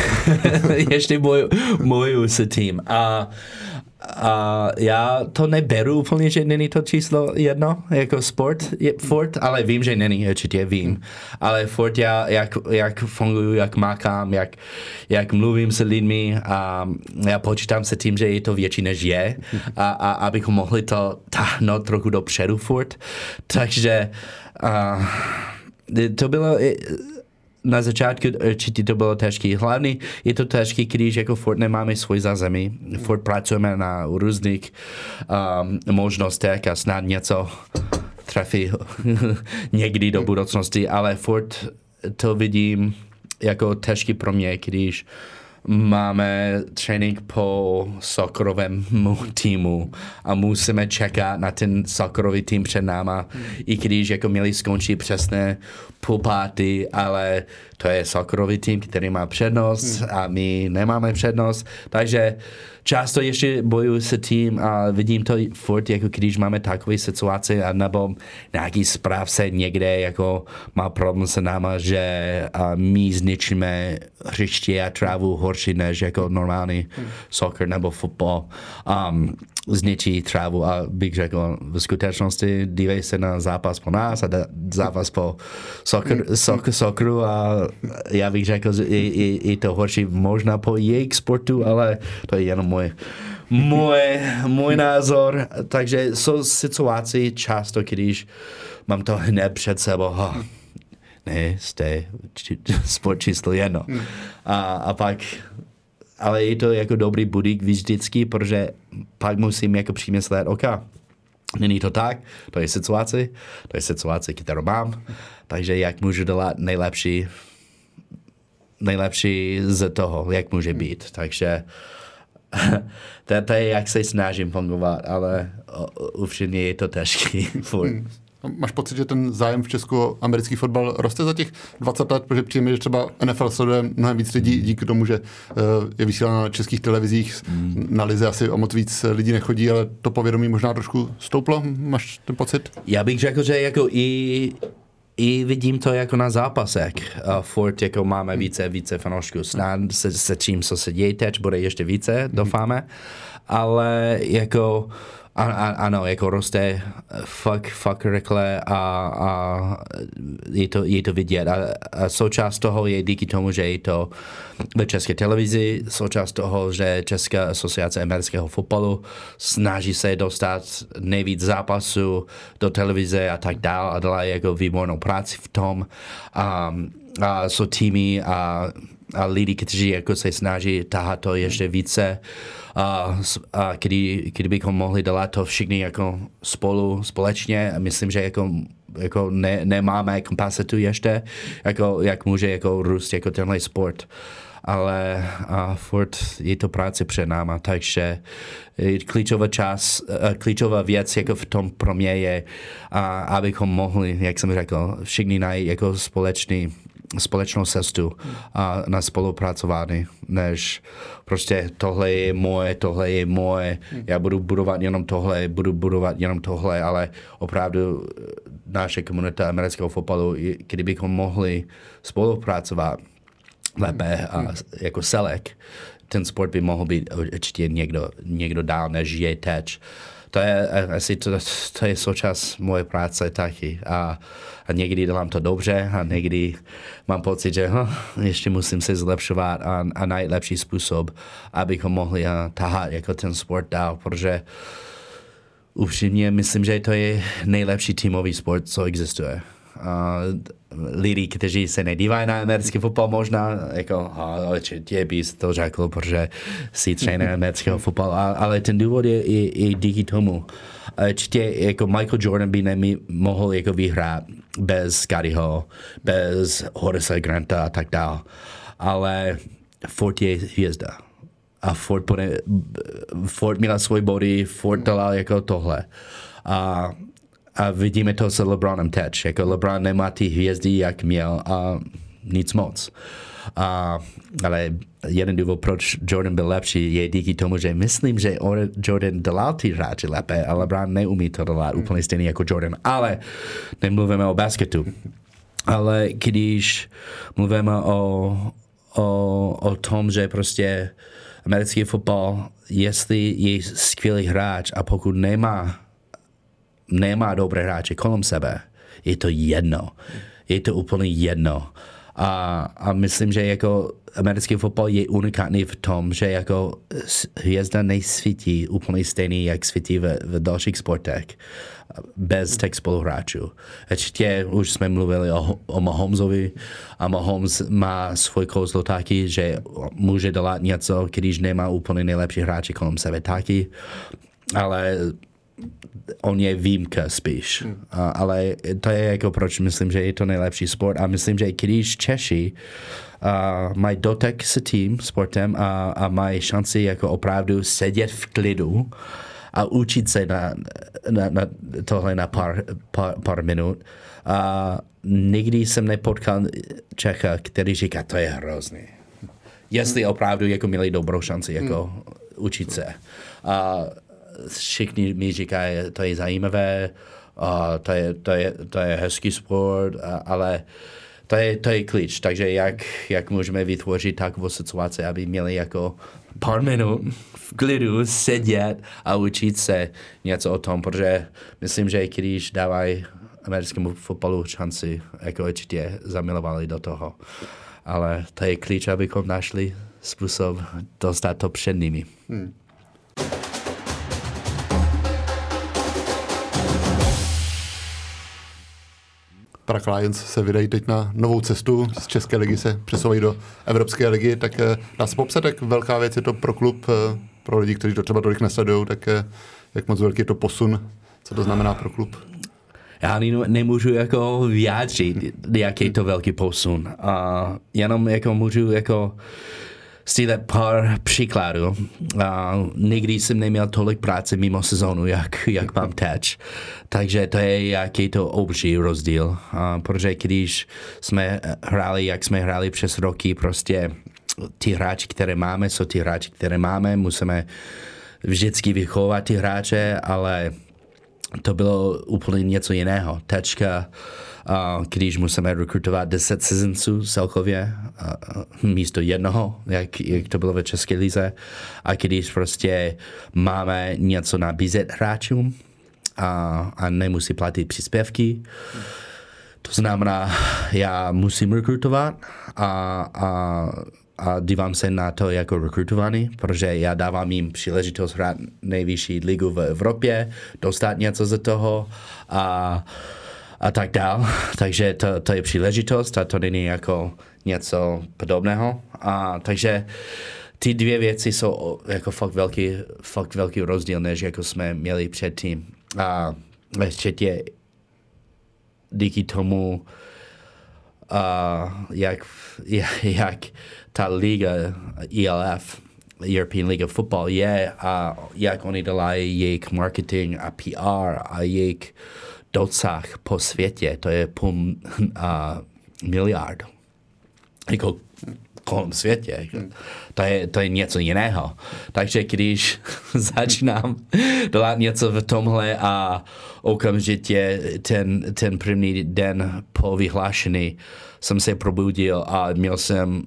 bojuju se tím. A já to neberu úplně, že není to číslo 1 jako sport, ale vím, že není, určitě vím. Ale furt já, jak funguji, jak mákám, jak mluvím se lidmi a já počítám se tím, že je to větší než je a abychom mohli to táhnout trochu dopředu furt. Takže to bylo... Na začátku určitě to bylo těžké. Hlavně je to těžké, když jako furt nemáme svůj zázemí. Furt pracujeme na různých možnostech a snad něco trefí někdy do budoucnosti, ale furt to vidím jako těžké pro mě, když máme trénink po soccerovém týmu a musíme čekat na ten soccerový tým před náma, i když jako měli skončit přesně půl páté, ale to je soccerový tým, který má přednost a my nemáme přednost, takže často ještě bojuju se tím a vidím to furt, jako když máme takové situace a nebo nějaký správce někde jako má problém se náma, že my zničíme hřiště a trávu horší než jako normální soccer nebo fotbal. Zničí trávu a bych řekl v skutečnosti dívej se na zápas po nás a zápas po socceru a já bych řekl, že je to horší možná po jejich sportu, ale to je jenom můj názor. Takže jsou situace často, když mám to hned před sebou. Ne, jste sport číslo 1. A pak ale je to jako dobrý budík vždycky, protože pak musím jako přemyslet, OK, není to tak, to je situace, kterou mám, takže jak můžu dělat nejlepší z toho, jak může být. Takže to je, jak se snažím fungovat, ale upřímně je to těžký furt. Máš pocit, že ten zájem v Česku americký fotbal roste za těch 20 let, protože přijde, že třeba NFL sleduje mnohem víc lidí díky tomu, že je vysílána na českých televizích, na lize asi o moc víc lidí nechodí, ale to povědomí možná trošku stouplo, máš ten pocit? Já bych řekl, že jako i vidím to jako na zápasech. Furt jako máme více fanoušků. Snad se tím, co se děje teď, bude ještě více, doufáme. Ale jako ano, jako roste fakt rychle a je to vidět. A součást toho je díky tomu, že je to ve české televizi, součást toho, že Česká asociace amerického fotbalu snaží se dostat nejvíc zápasů do televize a tak dál a dělá jako výbornou práci v tom. A jsou týmy a lidi, kteří jako se snaží tahat to ještě více. A kdybychom mohli dělat to všichni jako společně, myslím, že jako nemáme kapacitu ještě, jako jak může jako růst jako tenhle sport. Ale furt je to práce před náma, takže klíčová věc jako v tom pro mě je, abychom mohli, jak jsem řekl, všichni najít jako společnou cestu na spolupracování, než prostě tohle je moje, já budu budovat jenom tohle, ale opravdu naše komunita amerického fotbalu, kdybychom mohli spolupracovat lépe a jako celek, ten sport by mohl být určitě někdo dál, než je teď. To je součást moje práce taky. A někdy dělám to dobře a někdy mám pocit, že ještě musím se zlepšovat a najít lepší způsob, abychom mohli tahat jako ten sport dál, protože upřímně myslím, že to je nejlepší týmový sport, co existuje. Lidi, kteří se nedívají na americký fotbal, možná jako, tě bys to řekl, protože jsi trenér amerického fotbalu, ale ten důvod je i díky tomu. Určitě jako Michael Jordan by nemohl jako vyhrát bez Scottyho, bez Horace Granta a tak dále. Ale Ford je hvězda. A Ford měl svůj body, Ford dělal jako tohle. A vidíme to s LeBronem teď. Jako LeBron nemá ty hvězdy, jak měl, a nic moc. Ale jeden důvod, proč Jordan byl lepší, je díky tomu, že myslím, že Jordan dělal ty hráče lépe, a LeBron neumí to dělat úplně stejně jako Jordan. Ale nemluvíme o basketu. Ale když mluvíme o tom, že prostě americký fotbal, jestli je skvělý hráč a pokud nemá dobré hráče kolem sebe, je to jedno. Je to úplně jedno. A myslím, že jako americký fotbal je unikátní v tom, že jako hvězda nesvítí úplně stejný, jak svítí v dalších sportech, bez těch spoluhráčů. Ještě už jsme mluvili o Mahomesovi, a Mahomes má svůj kouzlo taky, že může dělat něco, když nemá úplně nejlepší hráči kolem sebe taky, ale on je výjimka spíš. Ale to je jako proč myslím, že je to nejlepší sport, a myslím, že když Češi mají dotek s tím sportem a mají šanci jako opravdu sedět v klidu a učit se na tohle na pár minut. Nikdy jsem nepotkal Čecha, který říká, to je hrozný. Jestli opravdu jako měli dobrou šanci jako učit se. Všichni mi říkají, to je zajímavé, to je hezký sport, ale to je klíč. Takže jak můžeme vytvořit takovou situaci, aby měli jako pár minut v klidu sedět a učit se něco o tom, protože myslím, že když dávají americkému fotbalu šanci, jako určitě zamilovali do toho. Ale to je klíč, abychom našli způsob dostat to před nimi. Prague Lions se vydají teď na novou cestu, z České ligy se přesouvají do Evropské ligy, tak dá se popsat, jak velká věc je to pro klub, pro lidi, kteří to třeba tolik nesledují, tak jak moc velký je to posun, co to znamená pro klub? Já nemůžu jako vyjádřit, jaký je to velký posun. Jenom jako můžu jako sdílet pár příkladů. Nikdy jsem neměl tolik práce mimo sezónu, jak mám teď. Takže to je jaký to obří rozdíl. Protože když jsme hráli, jak jsme hráli přes roky, prostě ty hráči, které máme, jsou ty hráči, které máme. Musíme vždycky vychovat ty hráče, ale to bylo úplně něco jiného. Teďka, když musíme rekrutovat 10 cizinců celkově místo jednoho, jak to bylo ve České lize, a když prostě máme něco nabízet hráčům a nemusí platit příspěvky, to znamená, já musím rekrutovat a dívám se na to jako rekrutovaný, protože já dávám jim příležitost hrát nejvyšší ligu v Evropě, dostat něco ze toho a tak dál. Takže to je příležitost a to není jako něco podobného. Takže ty dvě věci jsou jako fakt velký rozdíl, než jako jsme měli předtím. A ještě díky tomu, jak ta liga ELF, European League of Football, je a jak oni dělají jejich marketing a PR a jejich dosah po světě, to je půl miliard. Jako kolem světě. To je něco jiného. Takže když začínám dělat něco v tomhle a okamžitě ten první den po vyhlášení jsem se probudil a měl jsem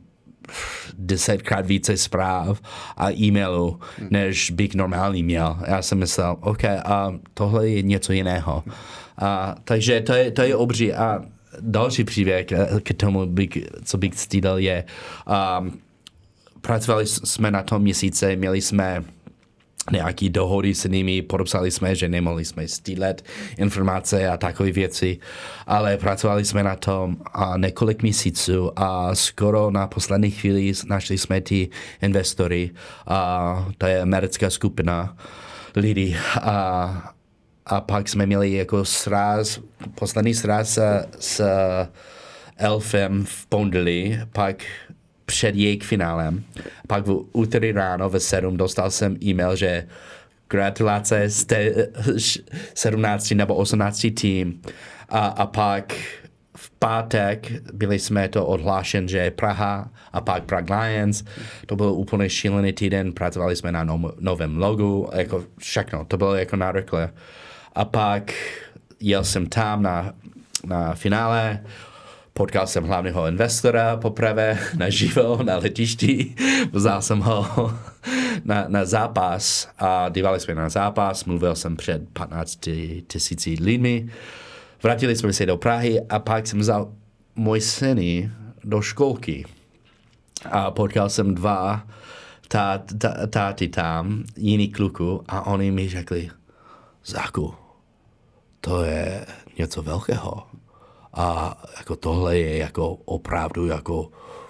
10krát více zpráv a e-mailů, než bych normálně měl. Já jsem myslel, OK, a tohle je něco jiného. Takže to je obří. A další příběh k tomu, co bych stídal, je, pracovali jsme na tom měsíce, měli jsme nějaký dohody s nimi, podepsali jsme, že nemohli jsme sdílet informace a takové věci, ale pracovali jsme na tom několik měsíců a skoro na poslední chvíli našli jsme ty investory, to je americká skupina lidí a pak jsme měli jako poslední sraz s Elfem v pondělí, pak před jejich finálem. Pak v úterý ráno ve 7 dostal jsem e-mail, že gratulace, jste 17 nebo 18 tým. A pak v pátek byli jsme to odhlášen, že Praha a pak Prague Lions. To byl úplně šílený týden, pracovali jsme na novém logu, jako všechno, to bylo jako náročné. A pak jel jsem tam na finále, potkal jsem hlavního investora poprvé naživo na letišti, vzal jsem ho na zápas a dívali jsme na zápas, mluvil jsem před 15 000 lidmi, vrátili jsme se do Prahy a pak jsem vzal můj syny do školky a potkal jsem 2 táty tam, jiný kluku a oni mi řekli, Záku, to je něco velkého. A jako tohle je jako opravdu jako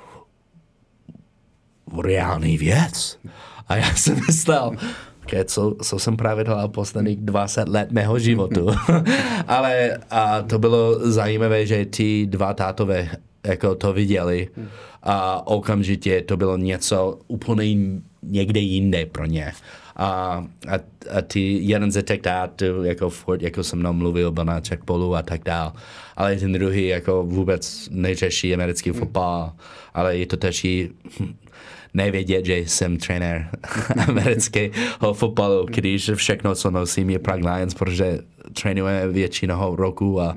reálný věc. A já jsem myslel, co jsem právě dělal posledních 20 let mého životu. Ale to bylo zajímavé, že ty 2 tátové jako to viděli a okamžitě to bylo něco úplně někde jinde pro ně. A jeden ze těch tátů, jako furt, jako se mnou mluvil, byl na checkpolu a tak dál. Ale ten druhý jako vůbec neřeší americký fotbal, ale je to tež nevědět, že jsem trenér amerického fotbalu, když všechno, co nosím, je Prague Lions, protože trénujeme většinou roku a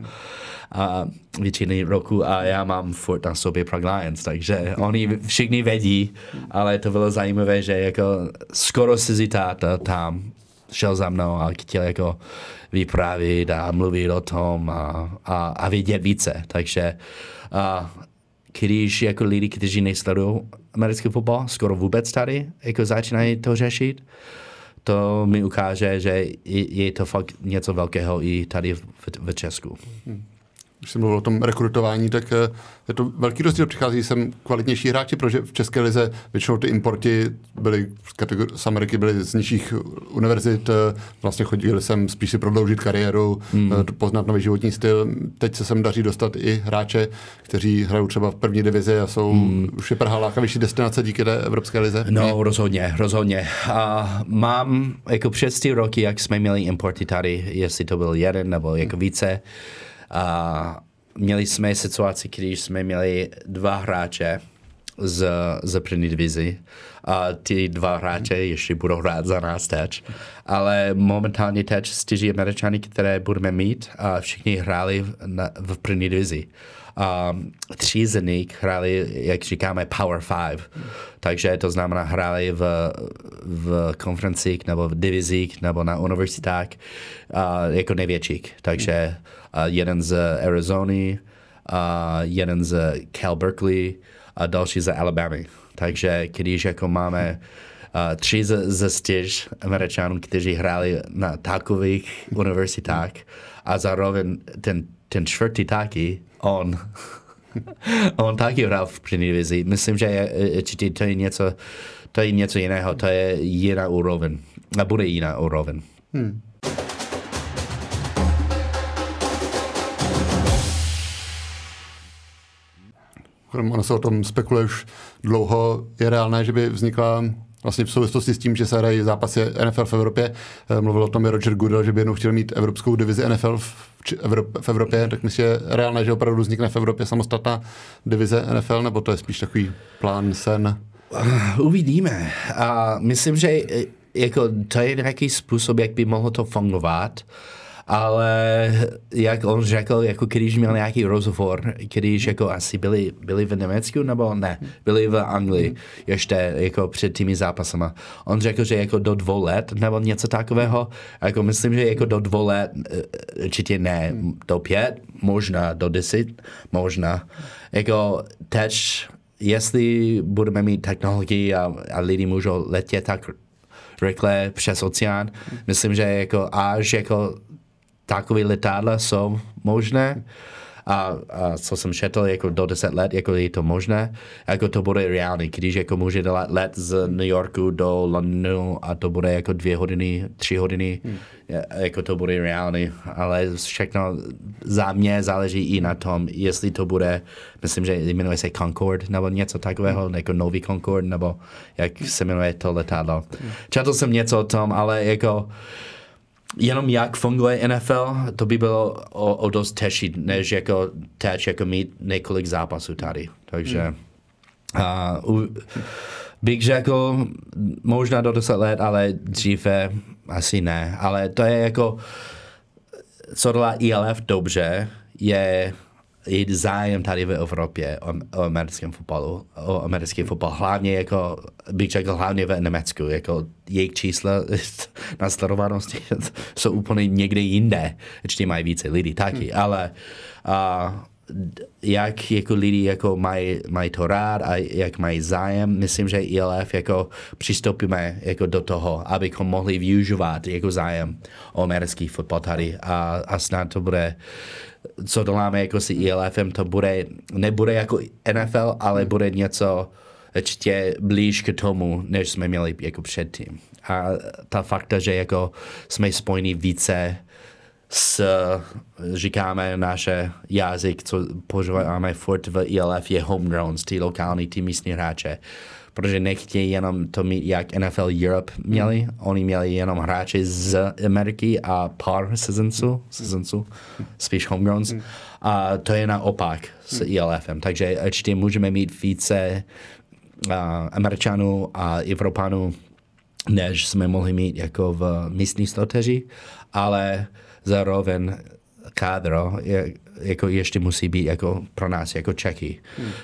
já mám furt na sobě Prague Lions, takže oni všichni vědí, ale to bylo zajímavé, že jako skoro cizí táta tam šel za mnou a chtěl jako vyprávět a mluvit o tom a vědět více, takže když jako lidi, kteří nesledují americký fotbal, skoro vůbec tady jako začínají to řešit, to mi ukáže, že je to fakt něco velkého i tady v Česku. Když jsem mluvil o tom rekrutování, tak je to velký rozdíl. Přichází sem kvalitnější hráči, protože v české lize většinou ty importi byly z Ameriky, byly z nižších univerzit, vlastně chodili sem spíš si prodloužit kariéru, poznat nový životní styl. Teď se sem daří dostat i hráče, kteří hrajou třeba v první divizi a jsou už je Praha lákavější destinace díky té evropské lize. No, rozhodně. Mám jako před 3 roky, jak jsme měli importy tady, jestli to byl jeden nebo jako více, měli jsme situaci, když jsme měli 2 hráče z první divizi a ty 2 hráče ještě budou hrát za nás teď. Ale momentálně teď 4 Američany, které budeme mít, a všichni hráli v první divizi. 3 z nich hráli, jak říkáme, Power 5. Takže to znamená, hráli v konferencích nebo v divizích nebo na univerzitách jako největších. Takže jeden z Arizony, jeden z Cal Berkeley a další z Alabama. Takže když jako máme 3 ze 4 Američanů, kteří hráli na takových univerzitách a zároveň ten 4. taky, on taky hrál v první divizi. Myslím, že to je něco jiného, to je jiná úroveň. A bude jiná úroveň. Ono se o tom spekuluje už dlouho. Je reálné, že by vznikla vlastně v souvislosti s tím, že se hrají zápasy NFL v Evropě. Mluvil o tom i Roger Goodell, že by jednou chtěl mít evropskou divizi NFL v Evropě. Tak myslím, že je reálné, že opravdu vznikne v Evropě samostatná divize NFL, nebo to je spíš takový plán, sen? Uvidíme. Myslím, že jako to je nějaký způsob, jak by mohlo to fungovat. ale jak on řekl, jako když měl nějaký rozhovor, když jako asi byli v Německu, nebo ne, byli v Anglii, ještě jako před těmi zápasama. On řekl, že jako do 2 let, nebo něco takového, jako myslím, že jako do 2 let, určitě ne, do 5, možná do 10, možná. Jako teď, jestli budeme mít technologii a lidi můžou letět tak rychle přes oceán, myslím, že jako až jako takové letadla jsou možné a co jsem četl, jako do 10 let, jako je to možné, jako to bude reálný, když jako může dělat let z New Yorku do Londýnu a to bude jako 2 hodiny, 3 hodiny, jako to bude reálný, ale všechno za mě záleží i na tom, jestli to bude, myslím, že jmenuje se Concorde nebo něco takového, jako nový Concorde, nebo jak se jmenuje to letadlo. Četl jsem něco o tom, ale jako jenom jak funguje NFL, to by bylo o dost těžší, než jako teď jako mít několik zápasů tady. Takže bych řekl možná do 10 let, ale dříve asi ne. Ale to je jako, co dělá ILF dobře, je zájem tady v Evropě o americkém fotbalu, o americký fotbal. Hlavně jako, bych řekl hlavně v Německu, jako jejich čísla na sledovanosti jsou úplně někde jinde. Ještě mají více lidí taky, ale jak jako lidi jako mají to rád a jak mají zájem, myslím, že ILF jako přistoupíme jako do toho, abychom mohli využívat jako zájem o americký fotbal tady a snad to bude, co děláme jako s ILFem, to nebude jako NFL, ale bude něco ještě blíž k tomu, než jsme měli jako předtím. A ta fakta, že jako jsme spojení více říkáme naše jazyk, co používáme furt v ILF, je homegrowns, ty lokální, ty místní hráče. Protože nechtějí jenom to mít, jak NFL Europe měli. Oni měli jenom hráči z Ameriky a pár sezonců, spíš homegrowns. A to je naopak s ILFem. Takže určitě můžeme mít více Američanů a Evropanů, než jsme mohli mít jako v místní soutěži, ale zároveň kádro jako ještě musí být jako pro nás jako Čechy.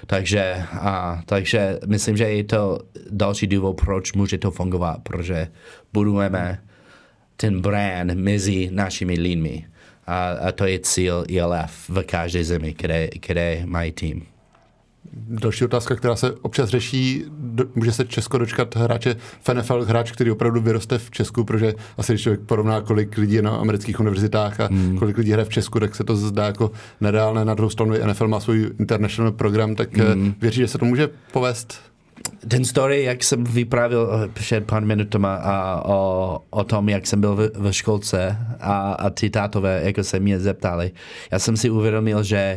Takže myslím, že je to další důvod, proč může to fungovat, protože budujeme ten brand mezi našimi lidmi. A to je cíl ILF v každé zemi, kde mají tým. Další otázka, která se občas řeší, může se Česko dočkat hráče v NFL, hráč, který opravdu vyroste v Česku, protože asi když člověk porovná, kolik lidí je na amerických univerzitách a kolik lidí hraje v Česku, tak se to zdá jako nereálné. Na druhou stranu NFL má svůj international program, tak věří, že se to může povést? Ten story, jak jsem vyprávěl před pár minutama o tom, jak jsem byl ve školce a ty tátové, jako se mě zeptali, já jsem si uvědomil, že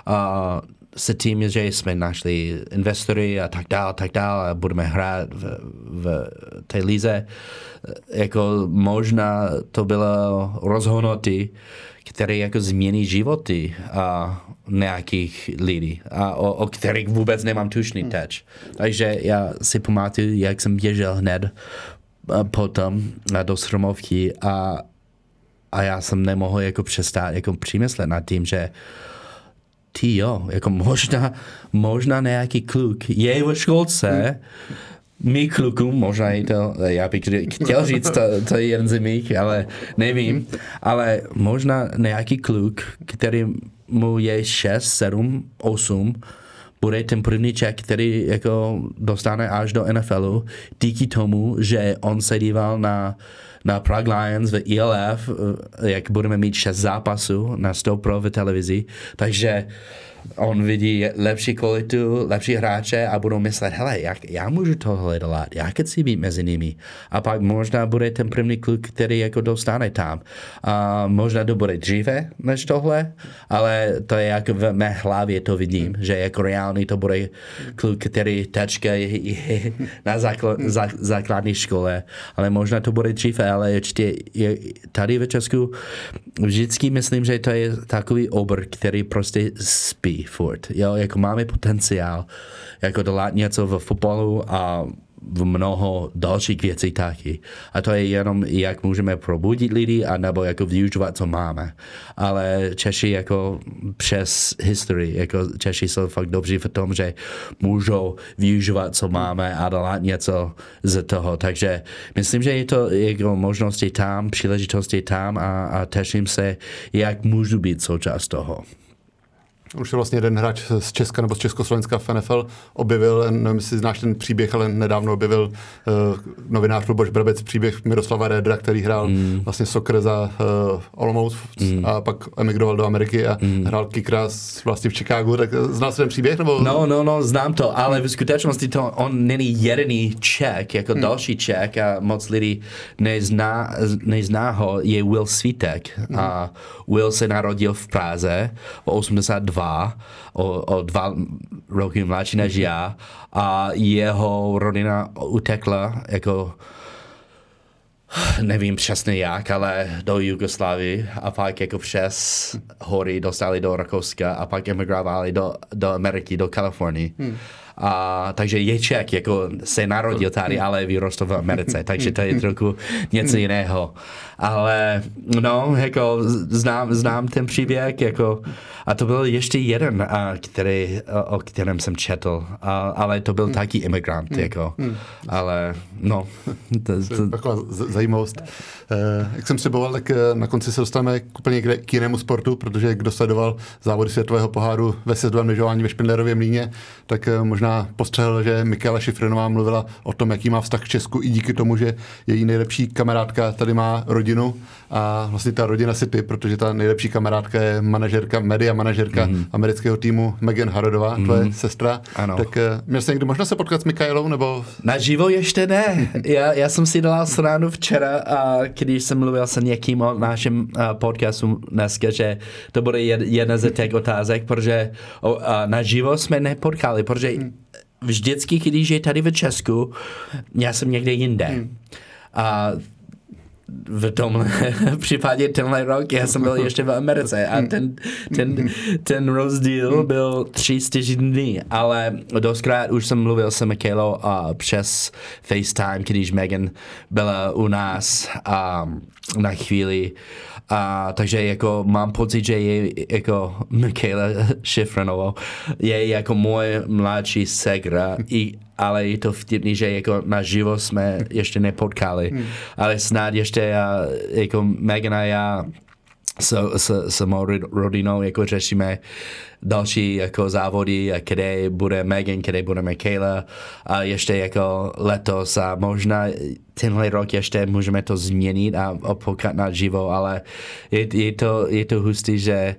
se tím, že jsme našli investory a tak dále a budeme hrát v té lize. Jako možná to bylo rozhodnutí, které jako změní životy nějakých lidí, o kterých vůbec nemám tušný teď. Takže já si pamatuju, jak jsem běžel hned potom do Stromovky a já jsem nemohl jako přestát jako přemyslet nad tím, že jako možná nějaký kluk je ve školce, my klukům, možná je to, já bych chtěl říct, to je jeden z mých, ale nevím, ale možná nějaký kluk, který mu je 6, 7, 8, bude ten první Čech, který jako dostane až do NFLu, díky tomu, že on se díval na Prague Lions v ILF, jak budeme mít 6 zápasů na 100 Pro v televizi, takže on vidí lepší kvalitu, lepší hráče a budou myslet, hele, já můžu tohle dělat, já chci být mezi nimi. A pak možná bude ten první kluk, který jako dostane tam. A možná to bude dříve než tohle, ale to je jak v mé hlavě to vidím, že jako reálný to bude kluk, který teďka je na základní škole, ale možná to bude dříve, ale ještě tady v Česku vždycky myslím, že to je takový obr, který prostě spí furt. Jo, jako máme potenciál jako dělat něco v fotbalu a v mnoho dalších věcí taky. A to je jenom, jak můžeme probudit lidi, anebo jako využívat, co máme. Ale Češi jako přes historii, jako Češi jsou fakt dobří v tom, že můžou využívat, co máme a dát něco z toho. Takže myslím, že je to jako možnosti tam, příležitosti tam a těším se, jak můžu být součást toho. Už je vlastně jeden hráč z Česka nebo z Československa v NFL objevil, nevím, jestli znáš ten příběh, ale nedávno objevil novinář Luboš Brabec příběh Miroslava Redra, který hrál vlastně soccer za Olomouc a pak emigroval do Ameriky a hrál kickera vlastně v Chicagu, tak znal jsi ten příběh? Nebo? No, znám to, ale v skutečnosti to on není jediný Čech, jako další Čech a moc lidí nezná ho, je Will Svítek. A Will se narodil v Praze v 82, o 2 roky mladší než já a jeho rodina utekla jako nevím přesně jak, ale do Jugoslávie a pak jako přes hory dostali do Rakouska a pak emigrovali do Ameriky, do Kalifornie. A takže je Čech, jako se narodil tady, ale vyrostl v Americe, takže to je trochu něco jiného. Ale no, jako znám ten příběh, jako, a to byl ještě jeden, o kterém jsem četl, ale to byl taky imigrant, jako, ale no. Taková zajímavost. Jak jsem sliboval, tak na konci se dostaneme úplně k jinému sportu, protože kdo sledoval závody světového poháru ve sjezdovém lyžování ve Špindlerově Mlýně, tak možná postřehl, že Michaela Šifrenová mluvila o tom, jaký má vztah k Česku i díky tomu, že její nejlepší kamarádka tady má rodinu a vlastně ta rodina si ty, protože ta nejlepší kamarádka je media manažerka amerického týmu Megan Harrodová, tvoje sestra. Ano. Tak měl jsi někdy možnost se potkat s Michaelou, nebo? Naživo ještě ne. Já jsem si dala srandu včera, když jsem mluvil s někým o našem podcastu dneska, že to bude jedna z těch otázek, protože naživo jsme nepotkali, protože vždycky, když je tady v Česku, já jsem někde jinde. A v tomhle případě tenhle rok já jsem byl ještě v Americe a ten rozdíl byl 300 dní, ale doskrát už jsem mluvil s Michaelou přes FaceTime, když Megan byla u nás na chvíli. Takže jako mám pocit, že je jako Michaela Šifrenová je jako moje mladší segra, ale je to vtipný, že jako naživo jsme ještě nepotkali. Ale snad ještě jako Megan a já s mou rodinou jako řešíme další jako závody, kde bude Megan, kde bude Michaela a ještě jako letos a možná tenhle rok ještě můžeme to změnit a potkat naživo, ale je to hustý, že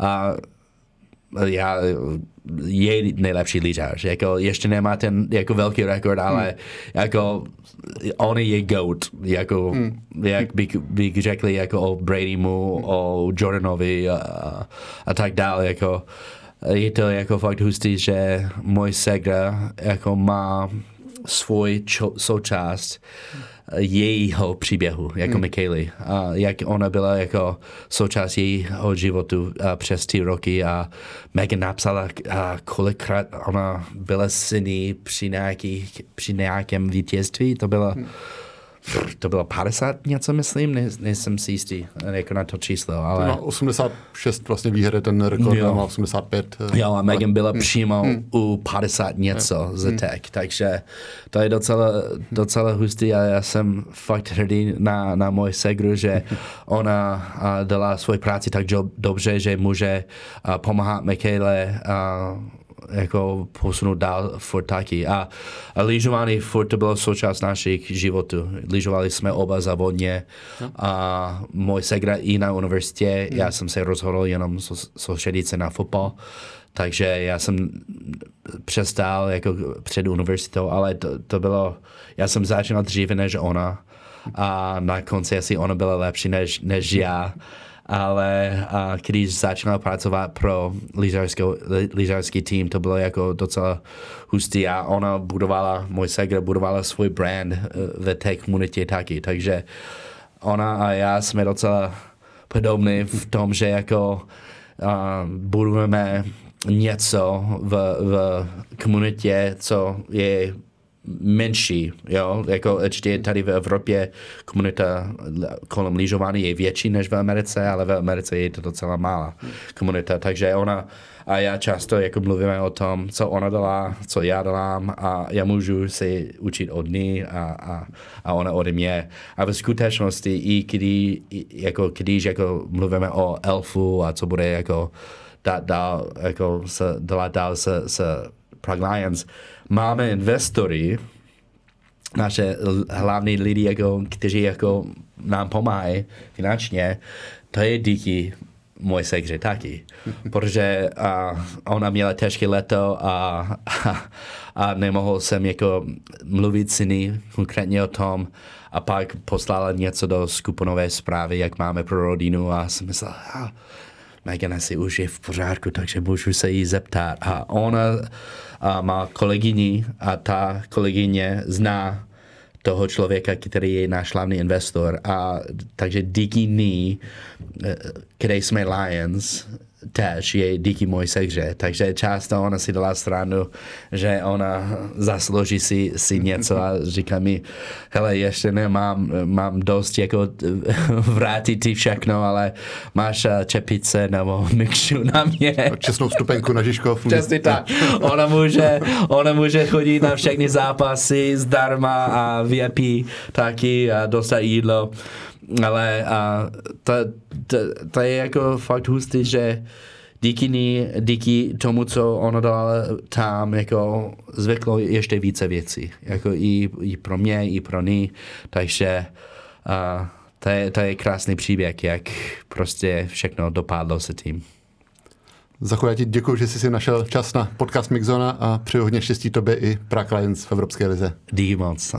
je nejlepší lyžař, jako ještě nemá ten jako velký rekord, ale jako on je GOAT, jako jak bych řekl jako o Bradymu, o Jordanovi a tak dále, jako je to jako fakt hustý, že můj segra jako má svůj součást jejího příběhu, jako Michaely. Jak ona byla jako součást jejího životu přes 3 roky a Megan napsala, kolikrát ona byla syny při nějakém vítězství. To bylo 50 něco, myslím, nejsem si jistý jako na to číslo, ale... No, 86 vlastně výhry, ten rekord má 85. Jo, a Megan byla přímo u 50 něco z tech, takže to je docela hustý a já jsem fakt hrdý na moji segru, že ona dala svoji práci tak dobře, že může pomáhat Michaele jako posunout dál furt taky. A lyžování furt to bylo součást našich životů. Lyžovali jsme oba závodně a můj segra i na univerzitě, já jsem se rozhodl jenom soustředit se na fotbal, takže já jsem přestal jako před univerzitou, ale to bylo, já jsem začal dříve než ona a na konci asi ona byla lepší než já. Ale když začala pracovat pro lyžařský tým, to bylo jako docela hustý a ona můj segra budovala svůj brand ve té komunitě taky, takže ona a já jsme docela podobní v tom, že jako budujeme něco v komunitě, co je menší, jo, jako ještě tady v Evropě komunita kolem lyžování je větší než v Americe, ale v Americe je to docela malá komunita, takže ona a já často jako mluvíme o tom, co ona dělá, co já dělám a já můžu si učit od ní a ona od mě. A v skutečnosti i když mluvíme o elfu a co bude jako dělat dál s Prague Lions, máme investory, naše hlavní lidi, jako, kteří jako nám pomáhají finančně, to je díky moje segře taky, protože ona měla těžké leto a nemohl jsem jako mluvit s ní konkrétně o tom a pak poslala něco do skupinové zprávy, jak máme pro rodinu a jsem myslel, Megan asi už je v pořádku, takže můžu se jí zeptat. A ona má kolegyni a ta kolegyně zná toho člověka, který je náš hlavní investor. A takže díky ní, kde jsme Lions, tež je díky mojí segře. Takže často ona si dala stranu, že ona zaslouží si něco a říká mi, hele, ještě mám dost jako vrátit ti všechno, ale máš čepice nebo mikšu na mě. Čestnou vstupenku na Žižkov. Přesně tak. Ona může chodit na všechny zápasy zdarma a VIP taky a dostat jídlo. Ale to je jako fakt hustý, že díky tomu, co ono dala tam, jako zvyklo ještě více věcí. Jako i pro mě, i pro ní. Takže to je krásný příběh, jak prostě všechno dopadlo se tím. Zacho, já ti děkuji, že jsi si našel čas na podcast Mixzona a přeju hodně štěstí tobě i Prague Lions v Evropské lize. Díky moc.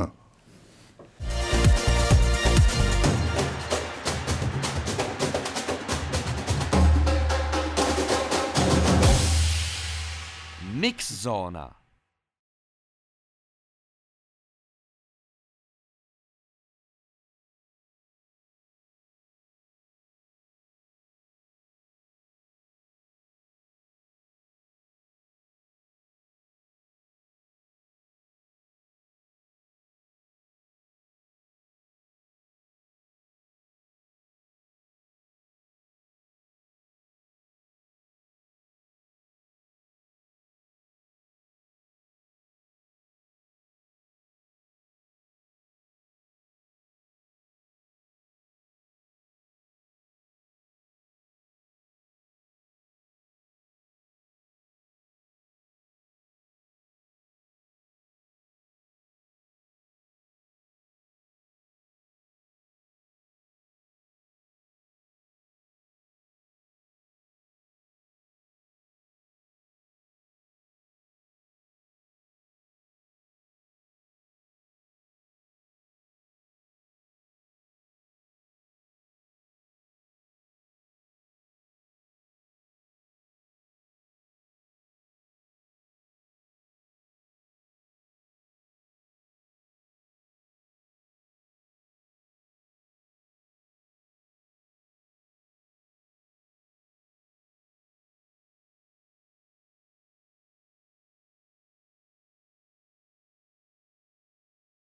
Mixzona.